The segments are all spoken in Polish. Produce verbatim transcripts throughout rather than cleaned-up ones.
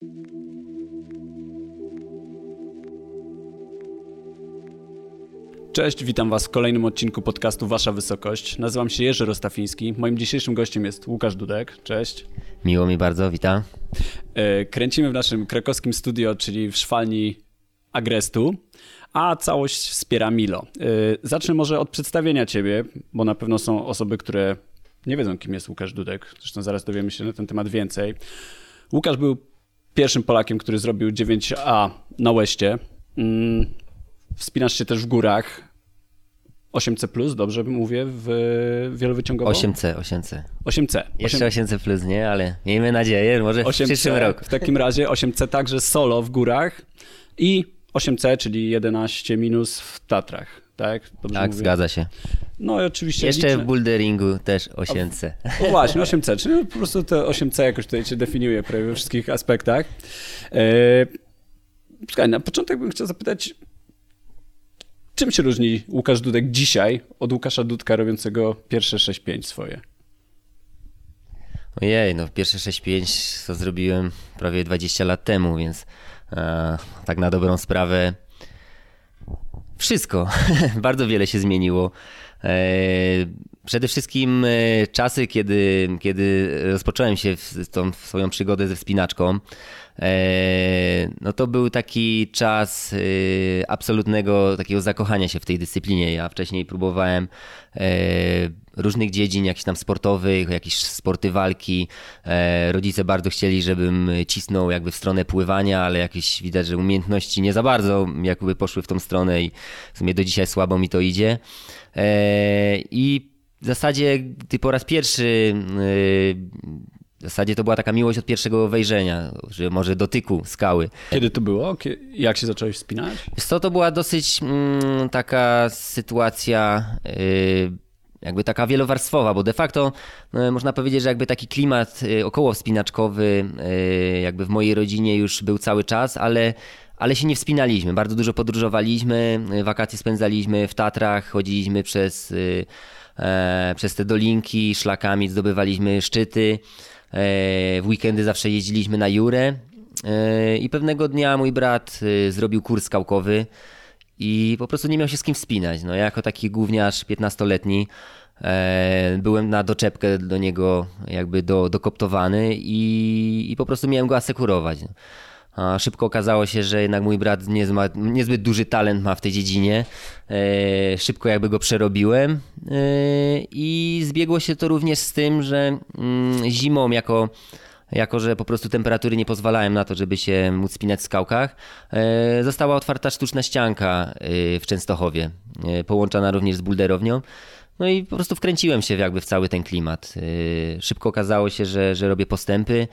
Cześć, witam Was w kolejnym odcinku podcastu Wasza Wysokość. Nazywam się Jerzy Rostafiński. Moim dzisiejszym gościem jest Łukasz Dudek. Cześć. Miło mi bardzo, witam. Kręcimy w naszym krakowskim studio, czyli w szwalni Agrestu, a całość wspiera Milo. Zacznę może od przedstawienia Ciebie, bo na pewno są osoby, które nie wiedzą, kim jest Łukasz Dudek. Zresztą zaraz dowiemy się na ten temat więcej. Łukasz był pierwszym Polakiem, który zrobił dziewięć A na Łeście. Wspinasz się też w górach. osiem C plus, dobrze mówię, w wielowyciągowo? osiem C, osiem C. osiem C. Jeszcze osiem C plus, nie? Ale miejmy nadzieję, może w przyszłym roku. W takim razie osiem C także solo w górach i osiem C, czyli jedenaście minus w Tatrach, tak? Dobrze tak, mówię? Zgadza się. No i oczywiście Jeszcze liczne... w boulderingu też osiem C. O, o właśnie, osiem C, czyli po prostu to osiem C jakoś tutaj się definiuje prawie we wszystkich aspektach. Eee, Słuchaj, na początek bym chciał zapytać, czym się różni Łukasz Dudek dzisiaj od Łukasza Dudka robiącego pierwsze sześć pięć swoje? Ojej, no pierwsze sześć pięć to zrobiłem prawie dwadzieścia lat temu, więc e, tak na dobrą sprawę wszystko. Bardzo wiele się zmieniło. E, przede wszystkim e, czasy, kiedy, kiedy rozpocząłem się w tą swoją przygodę ze wspinaczką, no to był taki czas absolutnego takiego zakochania się w tej dyscyplinie. Ja wcześniej próbowałem różnych dziedzin, jakichś tam sportowych, jakieś sporty walki. Rodzice bardzo chcieli, żebym cisnął jakby w stronę pływania, ale jakieś widać, że umiejętności nie za bardzo jakby poszły w tą stronę i w sumie do dzisiaj słabo mi to idzie. I w zasadzie ty po raz pierwszy W zasadzie to była taka miłość od pierwszego wejrzenia, że może dotyku skały. Kiedy to było? Jak się zacząłeś wspinać? Wiesz co, to była dosyć mm, taka sytuacja yy, jakby taka wielowarstwowa, bo de facto yy, można powiedzieć, że jakby taki klimat yy, około wspinaczkowy yy, jakby w mojej rodzinie już był cały czas, ale ale się nie wspinaliśmy. Bardzo dużo podróżowaliśmy, yy, wakacje spędzaliśmy w Tatrach, chodziliśmy przez, yy, yy, przez te dolinki, szlakami zdobywaliśmy szczyty. W weekendy zawsze jeździliśmy na Jurę i pewnego dnia mój brat zrobił kurs skałkowy i po prostu nie miał się z kim wspinać. No, ja jako taki gówniarz piętnastoletni byłem na doczepkę do niego jakby do, dokoptowany i, i po prostu miałem go asekurować. A szybko okazało się, że jednak mój brat niezma, niezbyt duży talent ma w tej dziedzinie. E, szybko jakby go przerobiłem e, i zbiegło się to również z tym, że mm, zimą jako, jako, że po prostu temperatury nie pozwalają na to, żeby się móc spinać w skałkach, e, została otwarta sztuczna ścianka e, w Częstochowie, e, połączona również z boulderownią. No i po prostu wkręciłem się jakby w cały ten klimat. Szybko okazało się, że, że robię postępy.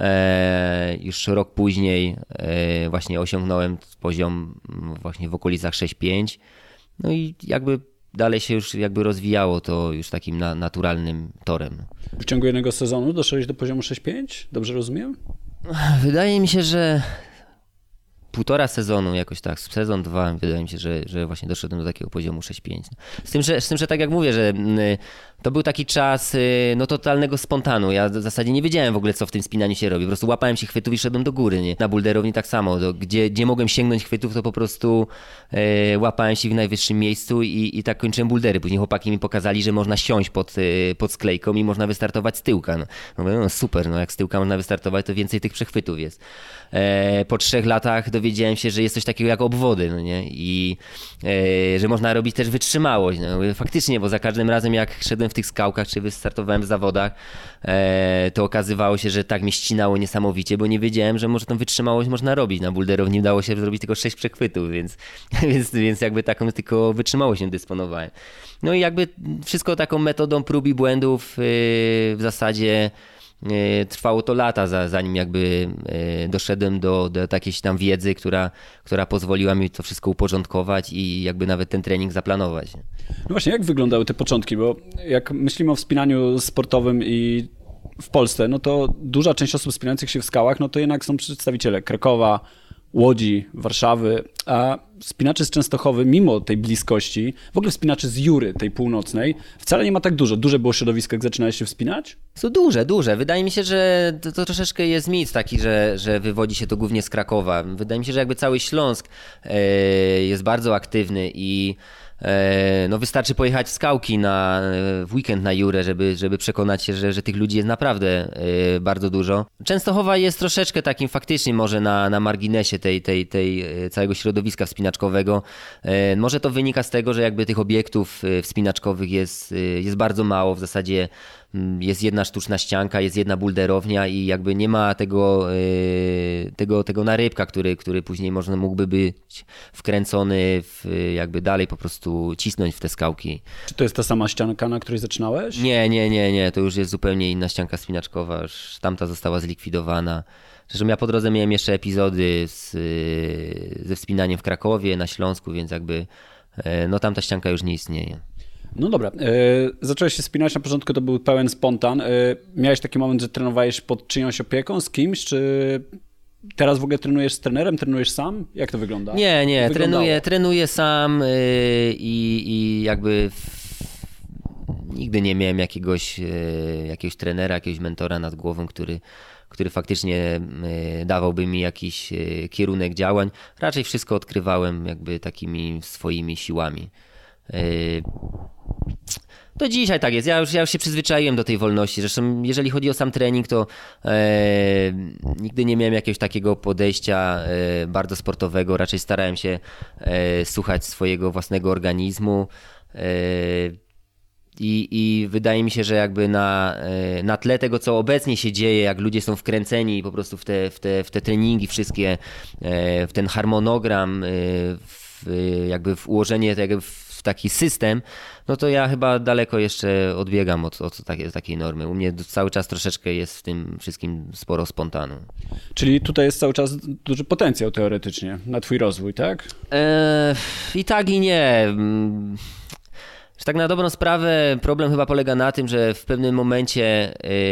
Już rok później właśnie osiągnąłem poziom właśnie w okolicach sześć pięć. No i jakby dalej się już jakby rozwijało to już takim na, naturalnym torem. W ciągu jednego sezonu doszedłeś do poziomu sześć pięć? Dobrze rozumiem? Wydaje mi się, że półtora sezonu jakoś tak, sezon dwa, wydaje mi się, że, że właśnie doszedłem do takiego poziomu sześć pięć. Z tym, że, z tym, że tak jak mówię, że to był taki czas no totalnego spontanu. Ja w zasadzie nie wiedziałem w ogóle, co w tym spinaniu się robi. Po prostu łapałem się chwytów i szedłem do góry. Nie? Na boulderowni tak samo. To, gdzie, gdzie mogłem sięgnąć chwytów, to po prostu e, łapałem się w najwyższym miejscu i, i tak kończyłem bouldery. Później chłopaki mi pokazali, że można siąść pod, pod sklejką i można wystartować z tyłka. No, no, no super, no jak z tyłka można wystartować, to więcej tych przechwytów jest. E, po trzech latach dowiedziałem się, że jest coś takiego jak obwody, no nie? I e, że można robić też wytrzymałość. No, faktycznie, bo za każdym razem jak szedłem w tych skałkach, czy wystartowałem w zawodach, e, to okazywało się, że tak mnie ścinało niesamowicie, bo nie wiedziałem, że może tą wytrzymałość można robić. Na boulderowni udało się zrobić tylko sześć przechwytów, więc, więc, więc jakby taką tylko wytrzymałością dysponowałem. No i jakby wszystko taką metodą prób i błędów yy, w zasadzie trwało to lata, zanim jakby doszedłem do, do jakiejś tam wiedzy, która, która pozwoliła mi to wszystko uporządkować i jakby nawet ten trening zaplanować. No właśnie, jak wyglądały te początki? Bo jak myślimy o wspinaniu sportowym i w Polsce, no to duża część osób wspinających się w skałach, no to jednak są przedstawiciele Krakowa, Łodzi, Warszawy, a wspinaczy z Częstochowy, mimo tej bliskości, w ogóle wspinaczy z Jury, tej północnej, wcale nie ma tak dużo. Duże było środowisko, jak zaczynałeś się wspinać? To duże, duże. Wydaje mi się, że to, to troszeczkę jest mit taki, że, że wywodzi się to głównie z Krakowa. Wydaje mi się, że jakby cały Śląsk e, jest bardzo aktywny i no wystarczy pojechać w Skałki na, w weekend na Jurę, żeby, żeby przekonać się, że, że tych ludzi jest naprawdę bardzo dużo. Częstochowa jest troszeczkę takim faktycznie może na, na marginesie tej, tej, tej całego środowiska wspinaczkowego. Może to wynika z tego, że jakby tych obiektów wspinaczkowych jest, jest bardzo mało. W zasadzie jest jedna sztuczna ścianka, jest jedna bulderownia i jakby nie ma tego, tego, tego narybka, który, który później można mógłby być wkręcony w, jakby dalej po prostu cisnąć w te skałki. Czy to jest ta sama ścianka, na której zaczynałeś? Nie, nie, nie, nie. To już jest zupełnie inna ścianka wspinaczkowa. Już tamta została zlikwidowana. Zresztą ja po drodze miałem jeszcze epizody z, ze wspinaniem w Krakowie, na Śląsku, więc jakby no tamta ścianka już nie istnieje. No dobra, yy, zacząłeś się spinać, na początku to był pełen spontan. Yy, miałeś taki moment, że trenowałeś pod czyjąś opieką, z kimś, czy teraz w ogóle trenujesz z trenerem, trenujesz sam? Jak to wygląda? Nie, nie, trenuję, trenuję sam yy, i, i jakby w... nigdy nie miałem jakiegoś, yy, jakiegoś trenera, jakiegoś mentora nad głową, który, który faktycznie yy, dawałby mi jakiś yy, kierunek działań. Raczej wszystko odkrywałem jakby takimi swoimi siłami. To dzisiaj tak jest. Ja już, ja już się przyzwyczaiłem do tej wolności. Zresztą jeżeli chodzi o sam trening, to e, nigdy nie miałem jakiegoś takiego podejścia e, bardzo sportowego. Raczej starałem się e, słuchać swojego własnego organizmu. E, I, I wydaje mi się, że jakby na, na tle tego, co obecnie się dzieje, jak ludzie są wkręceni po prostu w te, w te, w te treningi wszystkie, w ten harmonogram, w, jakby w ułożenie tego w taki system, no to ja chyba daleko jeszcze odbiegam od, od takiej, takiej normy. U mnie cały czas troszeczkę jest w tym wszystkim sporo spontanu. Czyli tutaj jest cały czas duży potencjał teoretycznie na twój rozwój, tak? Eee, I tak i nie. Że tak na dobrą sprawę problem chyba polega na tym, że w pewnym momencie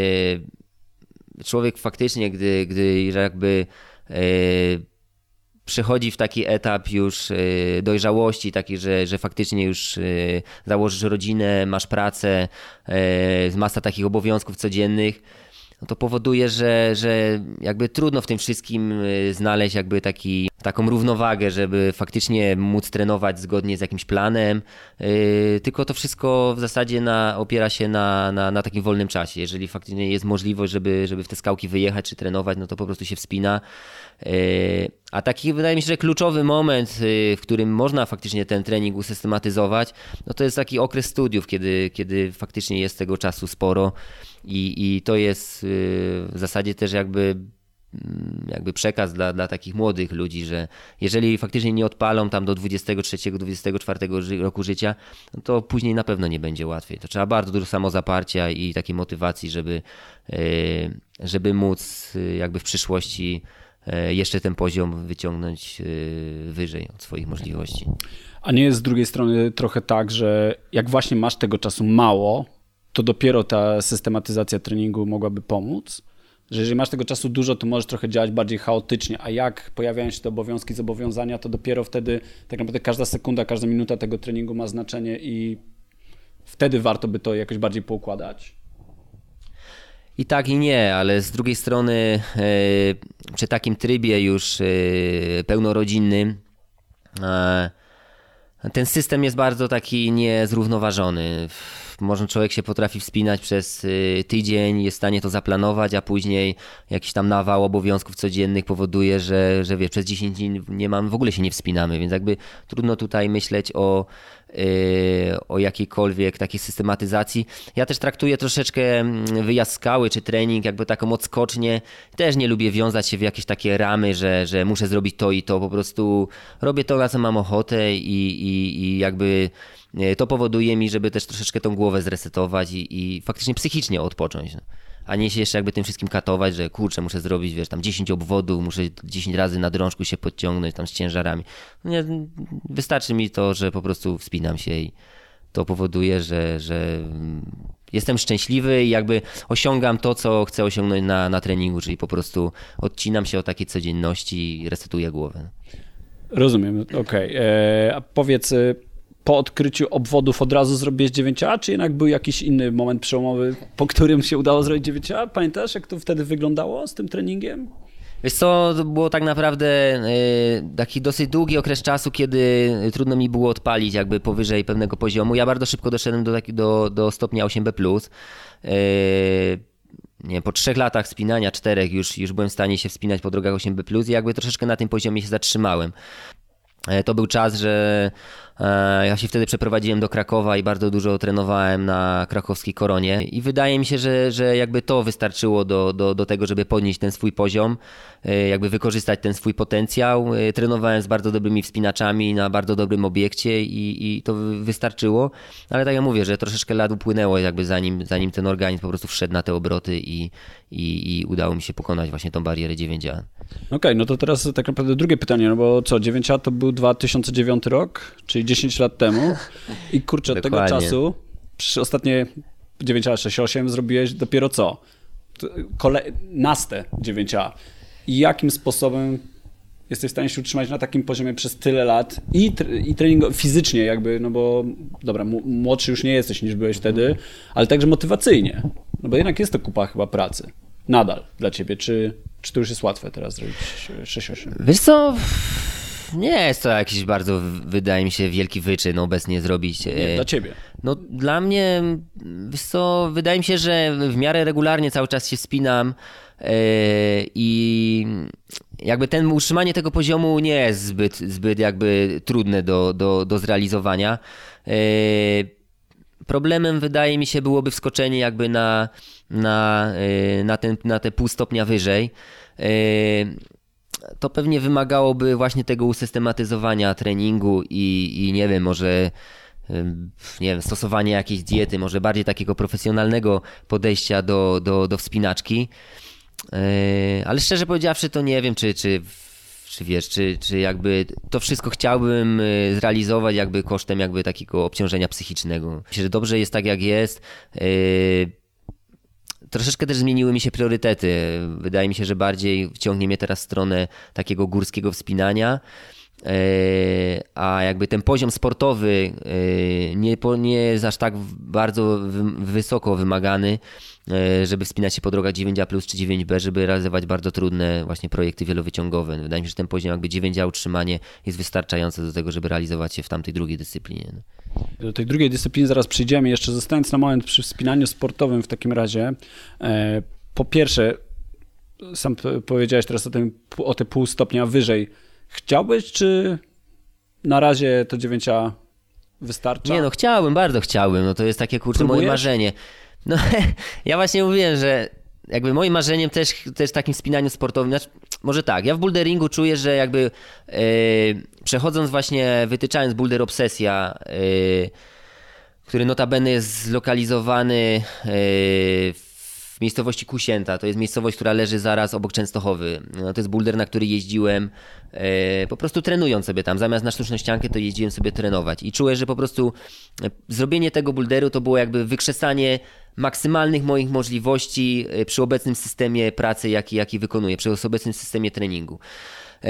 yy, człowiek faktycznie, gdy, gdy jakby yy, przechodzi w taki etap już yy, dojrzałości, taki, że, że faktycznie już yy, założysz rodzinę, masz pracę, yy, masa takich obowiązków codziennych, no to powoduje, że, że jakby trudno w tym wszystkim znaleźć jakby taki, taką równowagę, żeby faktycznie móc trenować zgodnie z jakimś planem, yy, tylko to wszystko w zasadzie na, opiera się na, na, na takim wolnym czasie. Jeżeli faktycznie jest możliwość, żeby, żeby w te skałki wyjechać czy trenować, no to po prostu się wspina. Yy, a taki wydaje mi się, że kluczowy moment, yy, w którym można faktycznie ten trening usystematyzować, no to jest taki okres studiów, kiedy, kiedy faktycznie jest tego czasu sporo. I, i to jest w zasadzie też jakby, jakby przekaz dla, dla takich młodych ludzi, że jeżeli faktycznie nie odpalą tam do dwudziestego trzeciego, dwudziestego czwartego roku życia, no to później na pewno nie będzie łatwiej. To trzeba bardzo dużo samozaparcia i takiej motywacji, żeby, żeby móc jakby w przyszłości jeszcze ten poziom wyciągnąć wyżej od swoich możliwości. A nie jest z drugiej strony trochę tak, że jak właśnie masz tego czasu mało, to dopiero ta systematyzacja treningu mogłaby pomóc? Że jeżeli masz tego czasu dużo, to możesz trochę działać bardziej chaotycznie, a jak pojawiają się te obowiązki, zobowiązania, to dopiero wtedy tak naprawdę każda sekunda, każda minuta tego treningu ma znaczenie i wtedy warto by to jakoś bardziej poukładać? I tak i nie, ale z drugiej strony yy, przy takim trybie już yy, pełnorodzinnym yy, ten system jest bardzo taki niezrównoważony. Może człowiek się potrafi wspinać przez tydzień, jest w stanie to zaplanować, a później jakiś tam nawał obowiązków codziennych powoduje, że, że wie, przez dziesięć dni nie mam, w ogóle się nie wspinamy, więc jakby trudno tutaj myśleć o, yy, o jakiejkolwiek takiej systematyzacji. Ja też traktuję troszeczkę wyjazd skały czy trening jakby taką odskocznię. Też nie lubię wiązać się w jakieś takie ramy, że, że muszę zrobić to i to, po prostu robię to, na co mam ochotę i, i, i jakby to powoduje mi, żeby też troszeczkę tą głowę zresetować i, i faktycznie psychicznie odpocząć. No. A nie się jeszcze jakby tym wszystkim katować, że kurczę, muszę zrobić, wiesz, tam dziesięć obwodów, muszę dziesięć razy na drążku się podciągnąć tam z ciężarami. No nie, wystarczy mi to, że po prostu wspinam się i to powoduje, że, że jestem szczęśliwy i jakby osiągam to, co chcę osiągnąć na, na treningu, czyli po prostu odcinam się od takiej codzienności i resetuję głowę. Rozumiem, okej. Okay. A powiedz, po odkryciu obwodów od razu zrobiłeś dziewięć A, czy jednak był jakiś inny moment przełomowy, po którym się udało zrobić dziewięć A? Pamiętasz, jak to wtedy wyglądało z tym treningiem? Wiesz co, to było tak naprawdę taki dosyć długi okres czasu, kiedy trudno mi było odpalić jakby powyżej pewnego poziomu. Ja bardzo szybko doszedłem do, do, do stopnia osiem B plus. Nie, po trzech latach wspinania, czterech już, już byłem w stanie się wspinać po drogach osiem B plus i jakby troszeczkę na tym poziomie się zatrzymałem. To był czas, że ja się wtedy przeprowadziłem do Krakowa i bardzo dużo trenowałem na krakowskiej Koronie i wydaje mi się, że, że jakby to wystarczyło do, do, do tego, żeby podnieść ten swój poziom, jakby wykorzystać ten swój potencjał. Trenowałem z bardzo dobrymi wspinaczami na bardzo dobrym obiekcie i, i to wystarczyło, ale tak jak mówię, że troszeczkę lat upłynęło jakby zanim, zanim ten organizm po prostu wszedł na te obroty i, i, i udało mi się pokonać właśnie tą barierę dziewięć A. Okej, okay, no to teraz tak naprawdę drugie pytanie, no bo co, dziewięć A to był dwa tysiące dziewiąty rok, czyli dziesięć lat temu i kurczę, od tego czasu przy ostatnie dziewięć A sześć osiem zrobiłeś dopiero co? Kole... naste dziewięć A. I jakim sposobem jesteś w stanie się utrzymać na takim poziomie przez tyle lat i, i treningu fizycznie jakby, no bo dobra, młodszy już nie jesteś niż byłeś wtedy, ale także motywacyjnie, no bo jednak jest to kupa chyba pracy. Nadal dla ciebie, czy, czy to już jest łatwe teraz zrobić sześć osiem? Wiesz co, nie jest to jakiś bardzo, wydaje mi się, wielki wyczyn obecnie zrobić. Nie, dla ciebie. No dla mnie, wiesz co, wydaje mi się, że w miarę regularnie cały czas się wspinam i jakby ten, utrzymanie tego poziomu nie jest zbyt, zbyt jakby trudne do, do, do zrealizowania. Problemem wydaje mi się byłoby wskoczenie jakby na, na, na, ten, na te pół stopnia wyżej. To pewnie wymagałoby właśnie tego usystematyzowania treningu i, i nie wiem, może nie wiem, stosowanie jakiejś diety, może bardziej takiego profesjonalnego podejścia do, do, do wspinaczki. Ale szczerze powiedziawszy to nie wiem, czy, czy, czy wiesz, czy, czy jakby to wszystko chciałbym zrealizować jakby kosztem jakby takiego obciążenia psychicznego. Myślę, że dobrze jest tak jak jest. Troszeczkę też zmieniły mi się priorytety. Wydaje mi się, że bardziej wciągnie mnie teraz w stronę takiego górskiego wspinania, a jakby ten poziom sportowy nie, nie jest aż tak bardzo wysoko wymagany, żeby wspinać się po drogach dziewięć A plus czy dziewięć B, żeby realizować bardzo trudne właśnie projekty wielowyciągowe. Wydaje mi się, że ten poziom jakby dziewięć A utrzymanie jest wystarczający do tego, żeby realizować się w tamtej drugiej dyscyplinie. Do tej drugiej dyscypliny zaraz przyjdziemy. Jeszcze zostając na moment przy wspinaniu sportowym w takim razie. Po pierwsze, sam powiedziałeś teraz o, tym, o te pół stopnia wyżej. Chciałbyś, czy na razie to dziewięć A wystarcza? Nie no, chciałbym, bardzo chciałbym. No to jest takie kurczę Próbujesz? moje marzenie. No ja właśnie mówiłem, że jakby moim marzeniem też, też takim wspinaniu sportowym, znaczy, może tak, ja w boulderingu czuję, że jakby yy, przechodząc właśnie, wytyczając Boulder Obsesja, yy, który notabene jest zlokalizowany yy, w miejscowości Kusięta, to jest miejscowość, która leży zaraz obok Częstochowy. No, to jest boulder, na który jeździłem e, po prostu trenując sobie tam. Zamiast na sztuczną ściankę to jeździłem sobie trenować. I czułem, że po prostu zrobienie tego boulderu to było jakby wykrzesanie maksymalnych moich możliwości przy obecnym systemie pracy, jaki, jaki wykonuję, przy obecnym systemie treningu. E,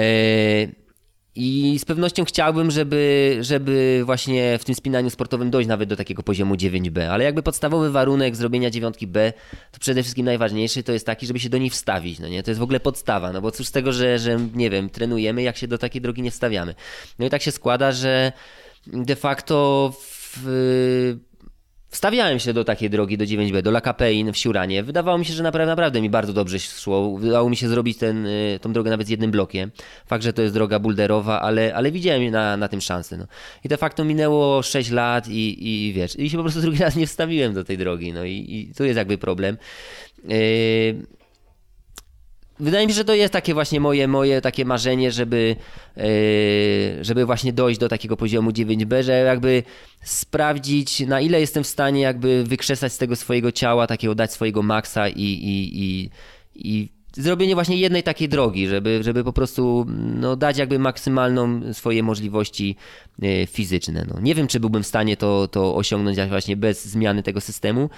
I z pewnością chciałbym, żeby, żeby właśnie w tym spinaniu sportowym dojść nawet do takiego poziomu dziewięć B, ale jakby podstawowy warunek zrobienia dziewiątki B, to przede wszystkim najważniejszy to jest taki, żeby się do niej wstawić, no nie? To jest w ogóle podstawa, no bo cóż z tego, że, że nie wiem, trenujemy, jak się do takiej drogi nie wstawiamy. No i tak się składa, że de facto w, wstawiałem się do takiej drogi, do dziewięć B, do La Capein w Siuranie. Wydawało mi się, że naprawdę, naprawdę mi bardzo dobrze szło. Udało mi się zrobić ten, tą drogę nawet z jednym blokiem. Fakt, że to jest droga boulderowa, ale, ale widziałem na, na tym szansę. No. I de facto minęło sześć lat i, i wiesz, i się po prostu drugi raz nie wstawiłem do tej drogi. No i, i tu jest jakby problem. Yy... Wydaje mi się, że to jest takie właśnie moje, moje takie marzenie, żeby, yy, żeby właśnie dojść do takiego poziomu dziewięć B, że jakby sprawdzić, na ile jestem w stanie jakby wykrzesać z tego swojego ciała, takiego dać swojego maksa i, i, i, i zrobienie właśnie jednej takiej drogi, żeby, żeby po prostu no, dać jakby maksymalną swoje możliwości yy, fizyczne. No. Nie wiem, czy byłbym w stanie to, to osiągnąć właśnie bez zmiany tego systemu,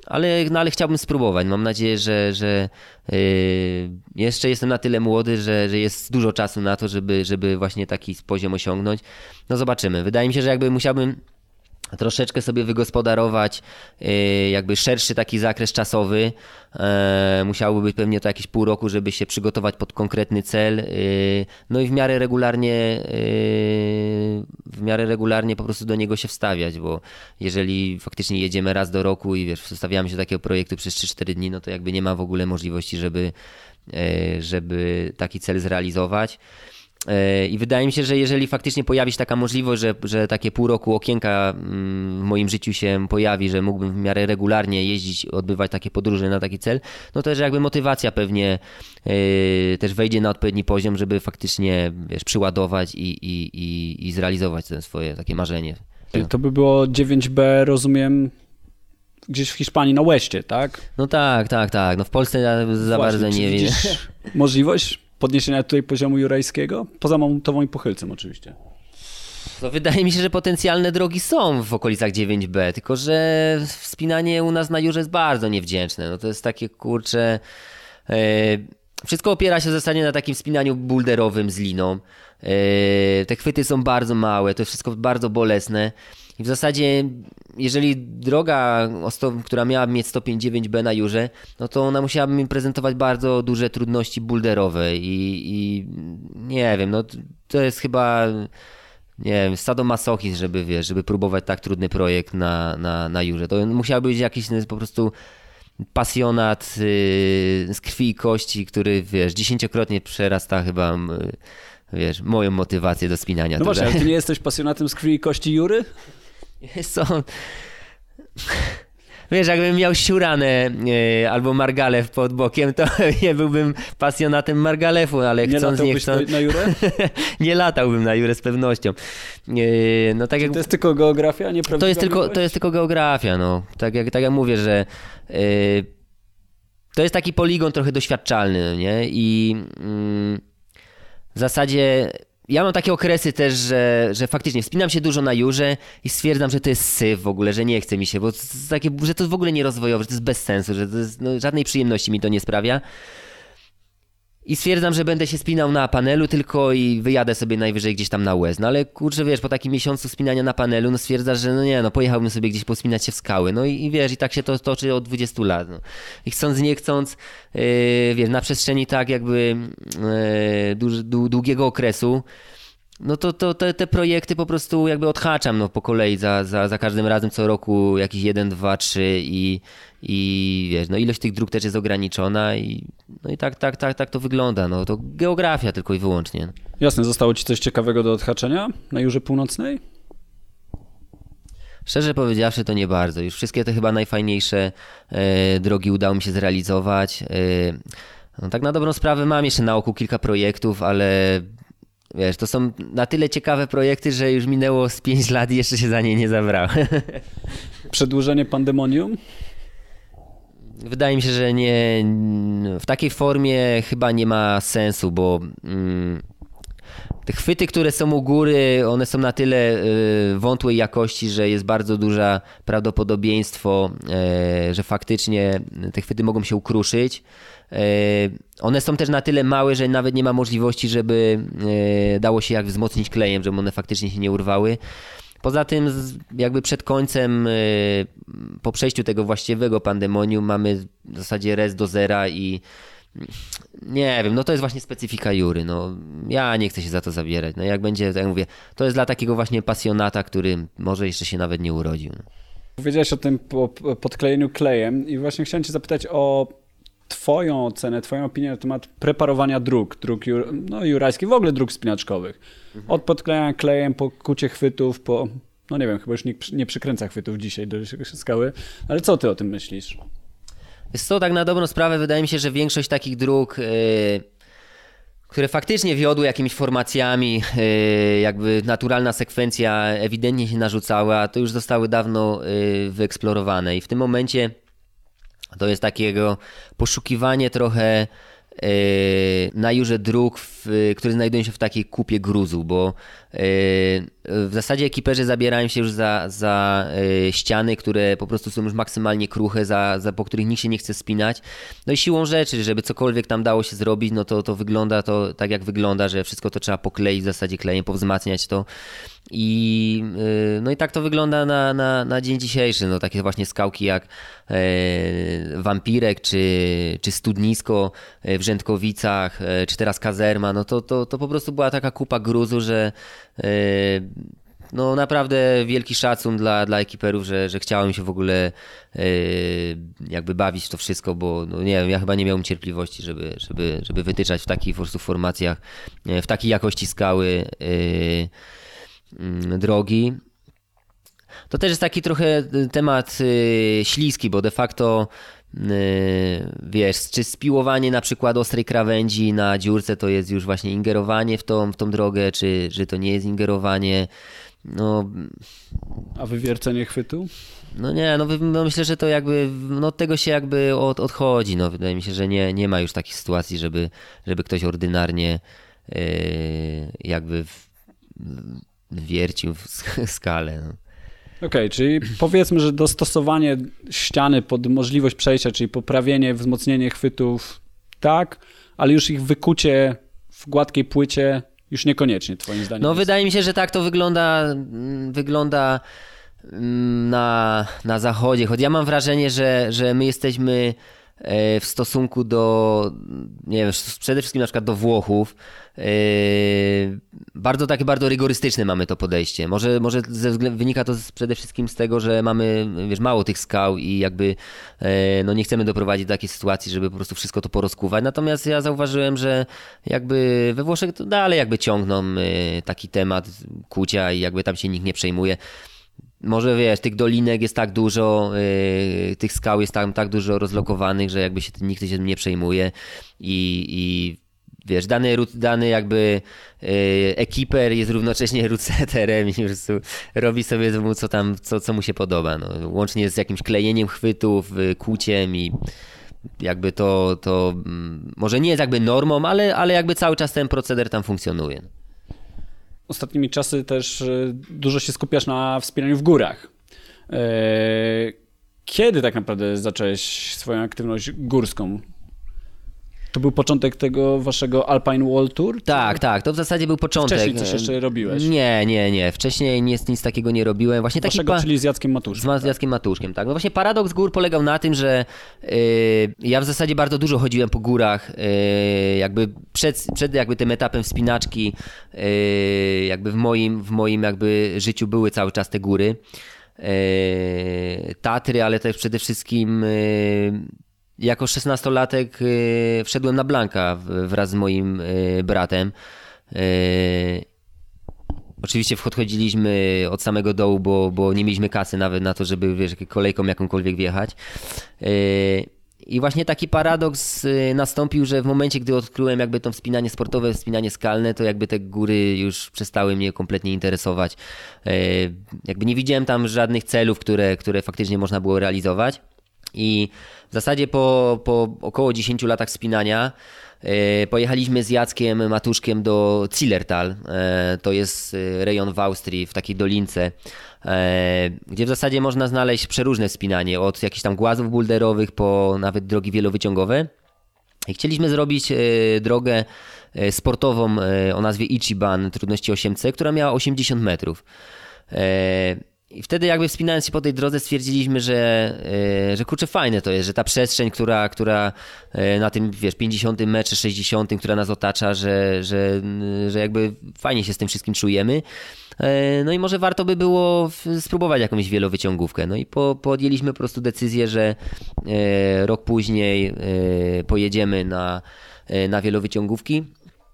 ale, no, ale chciałbym spróbować. Mam nadzieję, że, że yy, jeszcze jestem na tyle młody, że, że jest dużo czasu na to, żeby, żeby właśnie taki poziom osiągnąć. No zobaczymy. Wydaje mi się, że jakby musiałbym troszeczkę sobie wygospodarować jakby szerszy taki zakres czasowy. Musiałoby być pewnie to jakieś pół roku, żeby się przygotować pod konkretny cel. No i w miarę regularnie w miarę regularnie po prostu do niego się wstawiać, bo jeżeli faktycznie jedziemy raz do roku i wiesz, wstawiamy się do takiego projektu przez trzy cztery dni, no to jakby nie ma w ogóle możliwości, żeby, żeby taki cel zrealizować. I wydaje mi się, że jeżeli faktycznie pojawi się taka możliwość, że, że takie pół roku okienka w moim życiu się pojawi, że mógłbym w miarę regularnie jeździć, odbywać takie podróże na taki cel, no to że jakby motywacja pewnie yy, też wejdzie na odpowiedni poziom, żeby faktycznie, wiesz, przyładować i, i, i, i zrealizować to swoje takie marzenie. To by było dziewięć B, rozumiem, gdzieś w Hiszpanii na Westie, tak? No tak, tak, tak. No w Polsce ja za Właśnie, bardzo nie wiem. Możliwość podniesienia tutaj poziomu jurajskiego? Poza Małomutową i Pochylcem oczywiście. To wydaje mi się, że potencjalne drogi są w okolicach dziewięć B, tylko że wspinanie u nas na Jurze jest bardzo niewdzięczne. No to jest takie, kurcze... Yy, wszystko opiera się w zasadzie na takim wspinaniu boulderowym z liną. Yy, te chwyty są bardzo małe, to jest wszystko bardzo bolesne. I w zasadzie, jeżeli droga, która miałaby mieć stopień dziewięć B na Jurze, no to ona musiałaby mi prezentować bardzo duże trudności boulderowe i, i nie wiem, no to jest chyba, nie wiem, sadomasochizm, żeby, wiesz, żeby próbować tak trudny projekt na, na, na Jurze. To musiałby być jakiś po prostu pasjonat yy, z krwi i kości, który, wiesz, dziesięciokrotnie przerasta chyba... Yy, wiesz, moją motywację do spinania. No właśnie, ale ty nie jesteś pasjonatem z krwi i kości Jury? Są... Wiesz, jakbym miał siuranę yy, albo margalew pod bokiem, to nie byłbym pasjonatem margalefu, ale nie chcąc, nie chcąc... na Jurę? Nie latałbym na Jurę z pewnością. Yy, no, tak jak... To jest tylko geografia, nie prawdziwa to jest tylko, to jest tylko geografia, no. Tak jak, tak jak mówię, że yy, to jest taki poligon trochę doświadczalny, nie? I... Yy, w zasadzie ja mam takie okresy też, że, że faktycznie wspinam się dużo na Jurze i stwierdzam, że to jest syf w ogóle, że nie chce mi się, bo to takie, że to w ogóle nie rozwojowe, że to jest bez sensu, że to jest, no, żadnej przyjemności mi to nie sprawia. I stwierdzam, że będę się spinał na panelu tylko i wyjadę sobie najwyżej gdzieś tam na łez. No ale kurczę, wiesz, po takim miesiącu spinania na panelu, no stwierdzasz, że no nie, no pojechałbym sobie gdzieś pospinać się w skały. No i, i wiesz, i tak się to toczy od dwudziestu lat. No. I chcąc, nie chcąc, yy, wiesz, na przestrzeni tak jakby yy, dłu- dłu- długiego okresu, no to, to te, te projekty po prostu jakby odhaczam no, po kolei za, za, za każdym razem co roku jakiś jeden, dwa, trzy i, i wiesz, no ilość tych dróg też jest ograniczona i no i tak, tak, tak, tak to wygląda. No to geografia tylko i wyłącznie. Jasne, zostało ci coś ciekawego do odhaczenia na Jurze Północnej? Szczerze powiedziawszy to nie bardzo. Już wszystkie te chyba najfajniejsze e, drogi udało mi się zrealizować. E, no, tak na dobrą sprawę mam jeszcze na oku kilka projektów, ale wiesz, to są na tyle ciekawe projekty, że już minęło z pięć lat i jeszcze się za nie nie zabrałem. Przedłużenie Pandemonium? Wydaje mi się, że nie, w takiej formie chyba nie ma sensu, bo mm, te chwyty, które są u góry, one są na tyle y, wątłej jakości, że jest bardzo duże prawdopodobieństwo, y, że faktycznie te chwyty mogą się ukruszyć. Y, one są też na tyle małe, że nawet nie ma możliwości, żeby y, dało się jak wzmocnić klejem, żeby one faktycznie się nie urwały. Poza tym jakby przed końcem, po przejściu tego właściwego pandemonium mamy w zasadzie res do zera i nie wiem, no to jest właśnie specyfika Jury, no ja nie chcę się za to zabierać, no jak będzie, tak jak mówię, to jest dla takiego właśnie pasjonata, który może jeszcze się nawet nie urodził. Powiedziałeś o tym podklejeniu klejem i właśnie chciałem cię zapytać o twoją ocenę, twoją opinię na temat preparowania dróg, dróg jur, no, jurajskich, w ogóle dróg wspinaczkowych. Od podklejania klejem, po kucie chwytów, po, no nie wiem, chyba już nikt nie przykręca chwytów dzisiaj do skały, ale co ty o tym myślisz? Jest to tak na dobrą sprawę, wydaje mi się, że większość takich dróg, yy, które faktycznie wiodły jakimiś formacjami, yy, jakby naturalna sekwencja ewidentnie się narzucała, to już zostały dawno yy, wyeksplorowane i w tym momencie to jest takiego poszukiwanie trochę yy, na Jurze dróg, w, które znajdują się w takiej kupie gruzu, bo yy, w zasadzie ekiperzy zabierają się już za, za ściany, które po prostu są już maksymalnie kruche, za, za, po których nikt się nie chce spinać. No i siłą rzeczy, żeby cokolwiek tam dało się zrobić, no to, to wygląda to tak jak wygląda, że wszystko to trzeba pokleić w zasadzie klejem, powzmacniać to. I, no i tak to wygląda na, na, na dzień dzisiejszy. No, takie właśnie skałki jak e, Wampirek czy, czy Studnisko w Rzędkowicach, e, czy teraz Kazerma, no to, to, to po prostu była taka kupa gruzu, że e, no naprawdę wielki szacun dla, dla ekiperów, że, że chciałem się w ogóle e, jakby bawić w to wszystko, bo no nie wiem, ja chyba nie miałem cierpliwości, żeby, żeby, żeby wytyczać w takich po prostu formacjach, w takiej jakości skały e, drogi. To też jest taki trochę temat y, śliski, bo de facto y, wiesz, czy spiłowanie na przykład ostrej krawędzi na dziurce to jest już właśnie ingerowanie w tą, w tą drogę, czy że to nie jest ingerowanie. No, a wywiercenie chwytu? No nie, no, no myślę, że to jakby no od tego się jakby od, odchodzi. No, wydaje mi się, że nie, nie ma już takich sytuacji, żeby, żeby ktoś ordynarnie y, jakby w, wiercił w skalę. No. Okej, okay, czyli powiedzmy, że dostosowanie ściany pod możliwość przejścia, czyli poprawienie, wzmocnienie chwytów, tak, ale już ich wykucie w gładkiej płycie już niekoniecznie, twoim zdaniem. No jest... wydaje mi się, że tak to wygląda, wygląda na, na zachodzie, choć ja mam wrażenie, że, że my jesteśmy w stosunku do, nie wiem, przede wszystkim na przykład do Włochów, bardzo takie, bardzo rygorystyczne mamy to podejście. Może, może ze względu, wynika to przede wszystkim z tego, że mamy, wiesz, mało tych skał i jakby no nie chcemy doprowadzić do takiej sytuacji, żeby po prostu wszystko to porozkuwać. Natomiast ja zauważyłem, że jakby we Włoszech to dalej jakby ciągną taki temat kucia i jakby tam się nikt nie przejmuje. Może wiesz, tych dolinek jest tak dużo, yy, tych skał jest tam tak dużo rozlokowanych, że jakby się nikt się tym nie przejmuje i, i wiesz, dany, dany jakby yy, ekiper jest równocześnie rootsetterem i po prostu robi sobie co tam, co, co mu się podoba. No. Łącznie z jakimś klejeniem chwytów, kłuciem i jakby to, to może nie jest jakby normą, ale, ale jakby cały czas ten proceder tam funkcjonuje. Ostatnimi czasy też dużo się skupiasz na wspieraniu w górach. Kiedy tak naprawdę zacząłeś swoją aktywność górską? To był początek tego waszego Alpine Wall Tour? Tak, tak, to w zasadzie był początek. Wcześniej coś jeszcze robiłeś? Nie, nie, nie. Wcześniej nic, nic takiego nie robiłem. Właśnie taki Waszego, pa... czyli z Jackiem Matuszkiem. Z Jackiem Matuszkiem, tak. No właśnie paradoks gór polegał na tym, że yy, ja w zasadzie bardzo dużo chodziłem po górach, yy, jakby przed, przed jakby tym etapem wspinaczki, yy, jakby w moim, w moim jakby życiu były cały czas te góry. Yy, Tatry, ale też przede wszystkim... Yy, Jako szesnastolatek y, wszedłem na Blanka wraz z moim y, bratem. Y, oczywiście wchodziliśmy od samego dołu, bo, bo nie mieliśmy kasy nawet na to, żeby wiesz, kolejką jakąkolwiek wjechać. Y, I właśnie taki paradoks y, nastąpił, że w momencie, gdy odkryłem jakby to wspinanie sportowe, wspinanie skalne, to jakby te góry już przestały mnie kompletnie interesować. Y, jakby nie widziałem tam żadnych celów, które, które faktycznie można było realizować. I w zasadzie po, po około dziesięciu latach wspinania e, pojechaliśmy z Jackiem Matuszkiem do Zillertal. E, to jest rejon w Austrii, w takiej dolince, e, gdzie w zasadzie można znaleźć przeróżne wspinanie, od jakichś tam głazów boulderowych po nawet drogi wielowyciągowe. I chcieliśmy zrobić e, drogę sportową e, o nazwie Ichiban, trudności osiem C, która miała osiemdziesiąt metrów. E, I wtedy jakby wspinając się po tej drodze stwierdziliśmy, że, że kurczę fajne to jest, że ta przestrzeń, która, która na tym wiesz pięćdziesiątym metrze, sześćdziesiątym, która nas otacza, że, że, że jakby fajnie się z tym wszystkim czujemy. No i może warto by było spróbować jakąś wielowyciągówkę. No i po, podjęliśmy po prostu decyzję, że rok później pojedziemy na, na wielowyciągówki.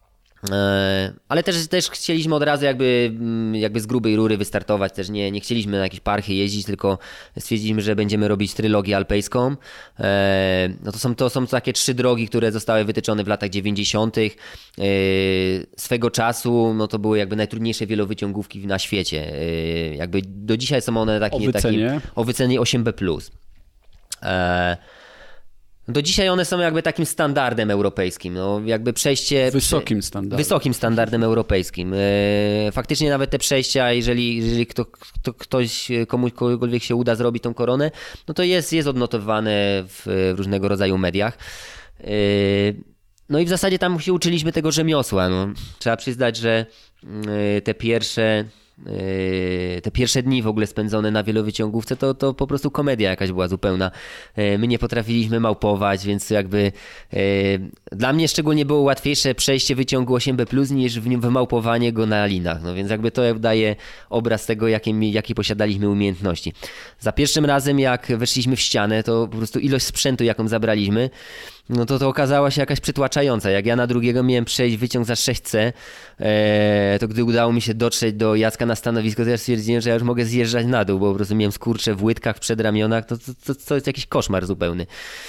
Ale też, też chcieliśmy od razu jakby, jakby z grubej rury wystartować, też nie, nie chcieliśmy na jakieś parchy jeździć, tylko stwierdziliśmy, że będziemy robić trylogię alpejską. No to są, to są takie trzy drogi, które zostały wytyczone w latach dziewięćdziesiątych. Swego czasu no to były jakby najtrudniejsze wielowyciągówki na świecie. Jakby do dzisiaj są one takie, o wycenie, takie, o wycenie osiem B plus. Do dzisiaj one są jakby takim standardem europejskim, no jakby przejście... Wysokim standardem. Wysokim standardem europejskim. Faktycznie nawet te przejścia, jeżeli, jeżeli kto, kto, ktoś, komukolwiek się uda zrobić tą koronę, no to jest, jest odnotowane w różnego rodzaju mediach. No i w zasadzie tam się uczyliśmy tego rzemiosła. No. Trzeba przyznać, że te pierwsze... te pierwsze dni w ogóle spędzone na wielowyciągówce to, to po prostu komedia jakaś była zupełna. My nie potrafiliśmy małpować, więc jakby dla mnie szczególnie było łatwiejsze przejście wyciągu osiem B plus niż wymałpowanie go na linach. No więc jakby to daje obraz tego, jakie, jakie posiadaliśmy umiejętności. Za pierwszym razem jak weszliśmy w ścianę, to po prostu ilość sprzętu, jaką zabraliśmy, no to to okazała się jakaś przytłaczająca. Jak ja na drugiego miałem przejść wyciąg za sześć C, to gdy udało mi się dotrzeć do Jacka na stanowisko, to ja stwierdziłem, że ja już mogę zjeżdżać na dół, bo po prostu miałem skurcze w łydkach, w przedramionach, to, to, to, to jest jakiś koszmar zupełny.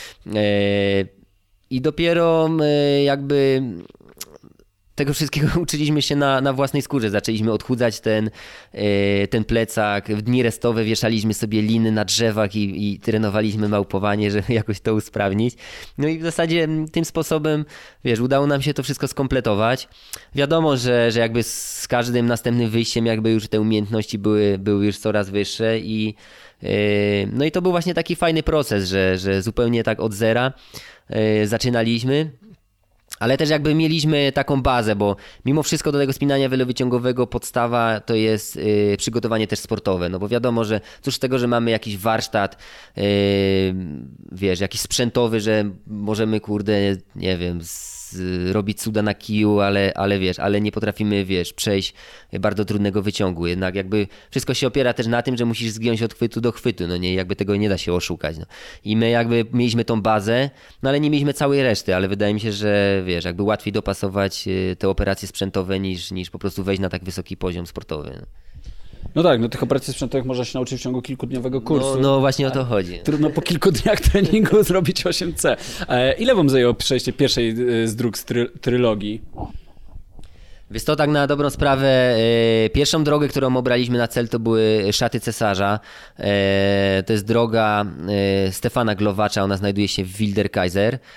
I dopiero jakby tego wszystkiego uczyliśmy się na, na własnej skórze. Zaczęliśmy odchudzać ten, ten plecak. W dni restowe wieszaliśmy sobie liny na drzewach i, i trenowaliśmy małpowanie, żeby jakoś to usprawnić. No i w zasadzie tym sposobem, wiesz, udało nam się to wszystko skompletować. Wiadomo, że, że jakby z każdym następnym wyjściem jakby już te umiejętności były, były już coraz wyższe i no i to był właśnie taki fajny proces, że, że zupełnie tak od zera zaczynaliśmy. Ale też jakby mieliśmy taką bazę, bo mimo wszystko do tego spinania wielowyciągowego podstawa to jest y, przygotowanie też sportowe, no bo wiadomo, że cóż z tego, że mamy jakiś warsztat, y, wiesz, jakiś sprzętowy, że możemy, kurde, nie wiem, z, robić cuda na kiju, ale, ale wiesz, ale nie potrafimy, wiesz, przejść bardzo trudnego wyciągu. Jednak jakby wszystko się opiera też na tym, że musisz zgiąć od chwytu do chwytu, no nie, jakby tego nie da się oszukać. No. I my jakby mieliśmy tą bazę, no ale nie mieliśmy całej reszty, ale wydaje mi się, że wiesz, jakby łatwiej dopasować te operacje sprzętowe niż, niż po prostu wejść na tak wysoki poziom sportowy. No. No tak, no tych operacji sprzętowych można się nauczyć w ciągu kilkudniowego kursu. No, no właśnie o to chodzi. Trudno po kilku dniach treningu zrobić osiem C. E, ile wam zajęło przejście pierwszej z dróg z try, trylogii? Wiesz to tak na dobrą sprawę, e, pierwszą drogę, którą obraliśmy na cel, to były Szaty Cesarza. E, to jest droga e, Stefana Glowacza, ona znajduje się w Wilderkaiser. E,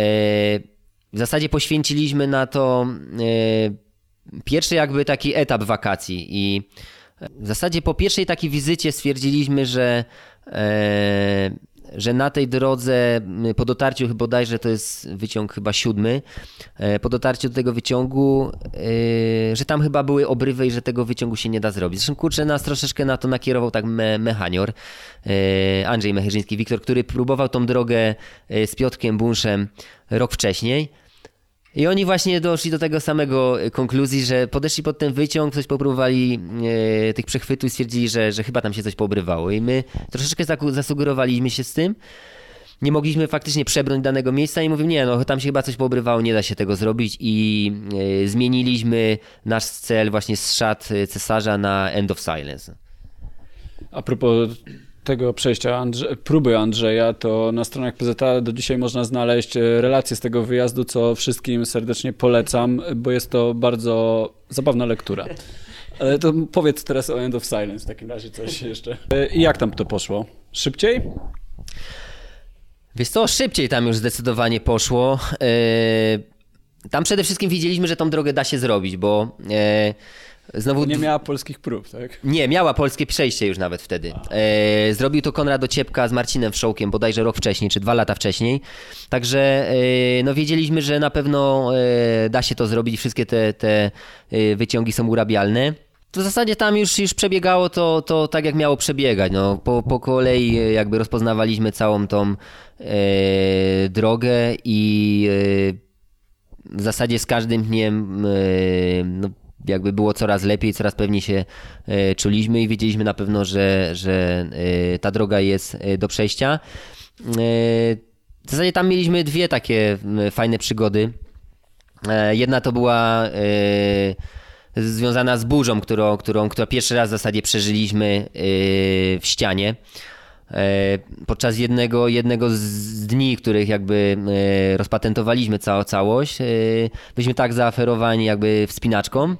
w zasadzie poświęciliśmy na to e, pierwszy jakby taki etap wakacji i w zasadzie po pierwszej takiej wizycie stwierdziliśmy, że, e, że na tej drodze po dotarciu, bodajże to jest wyciąg chyba siódmy, e, po dotarciu do tego wyciągu, e, że tam chyba były obrywy i że tego wyciągu się nie da zrobić. Zresztą kurczę, nas troszeczkę na to nakierował tak me, mechanior, e, Andrzej Mecherzyński-Wiktor, który próbował tą drogę z Piotrkiem Bunszem rok wcześniej. I oni właśnie doszli do tego samego konkluzji, że podeszli pod ten wyciąg, coś popróbowali e, tych przechwytów i stwierdzili, że, że chyba tam się coś poobrywało. I my troszeczkę zasugerowaliśmy się z tym. Nie mogliśmy faktycznie przebrnąć danego miejsca i mówimy, nie no, tam się chyba coś poobrywało, nie da się tego zrobić i e, zmieniliśmy nasz cel właśnie z Szat Cesarza na End of Silence. A propos tego przejścia Andrze- próby Andrzeja, to na stronach P Z A do dzisiaj można znaleźć relacje z tego wyjazdu, co wszystkim serdecznie polecam, bo jest to bardzo zabawna lektura. Ale to powiedz teraz o End of Silence w takim razie coś jeszcze. I jak tam to poszło? Szybciej? Wiesz co, szybciej tam już zdecydowanie poszło. Tam przede wszystkim widzieliśmy, że tą drogę da się zrobić, bo znowu... Nie miała polskich prób, tak? Nie, miała polskie przejście już nawet wtedy. E, zrobił to Konrad Ociepka z Marcinem Wszołkiem bodajże rok wcześniej, czy dwa lata wcześniej. Także e, no wiedzieliśmy, że na pewno e, da się to zrobić. Wszystkie te, te e, wyciągi są urabialne. To w zasadzie tam już, już przebiegało to, to tak, jak miało przebiegać. No, po, po kolei jakby rozpoznawaliśmy całą tą e, drogę i e, w zasadzie z każdym dniem e, no, jakby było coraz lepiej, coraz pewniej się e, czuliśmy i wiedzieliśmy na pewno, że, że e, ta droga jest e, do przejścia. E, w zasadzie tam mieliśmy dwie takie e, fajne przygody. E, jedna to była e, związana z burzą, którą, którą, którą pierwszy raz w zasadzie przeżyliśmy e, w ścianie. Podczas jednego, jednego z dni, których jakby rozpatentowaliśmy całą całość, byliśmy tak zaaferowani jakby wspinaczką,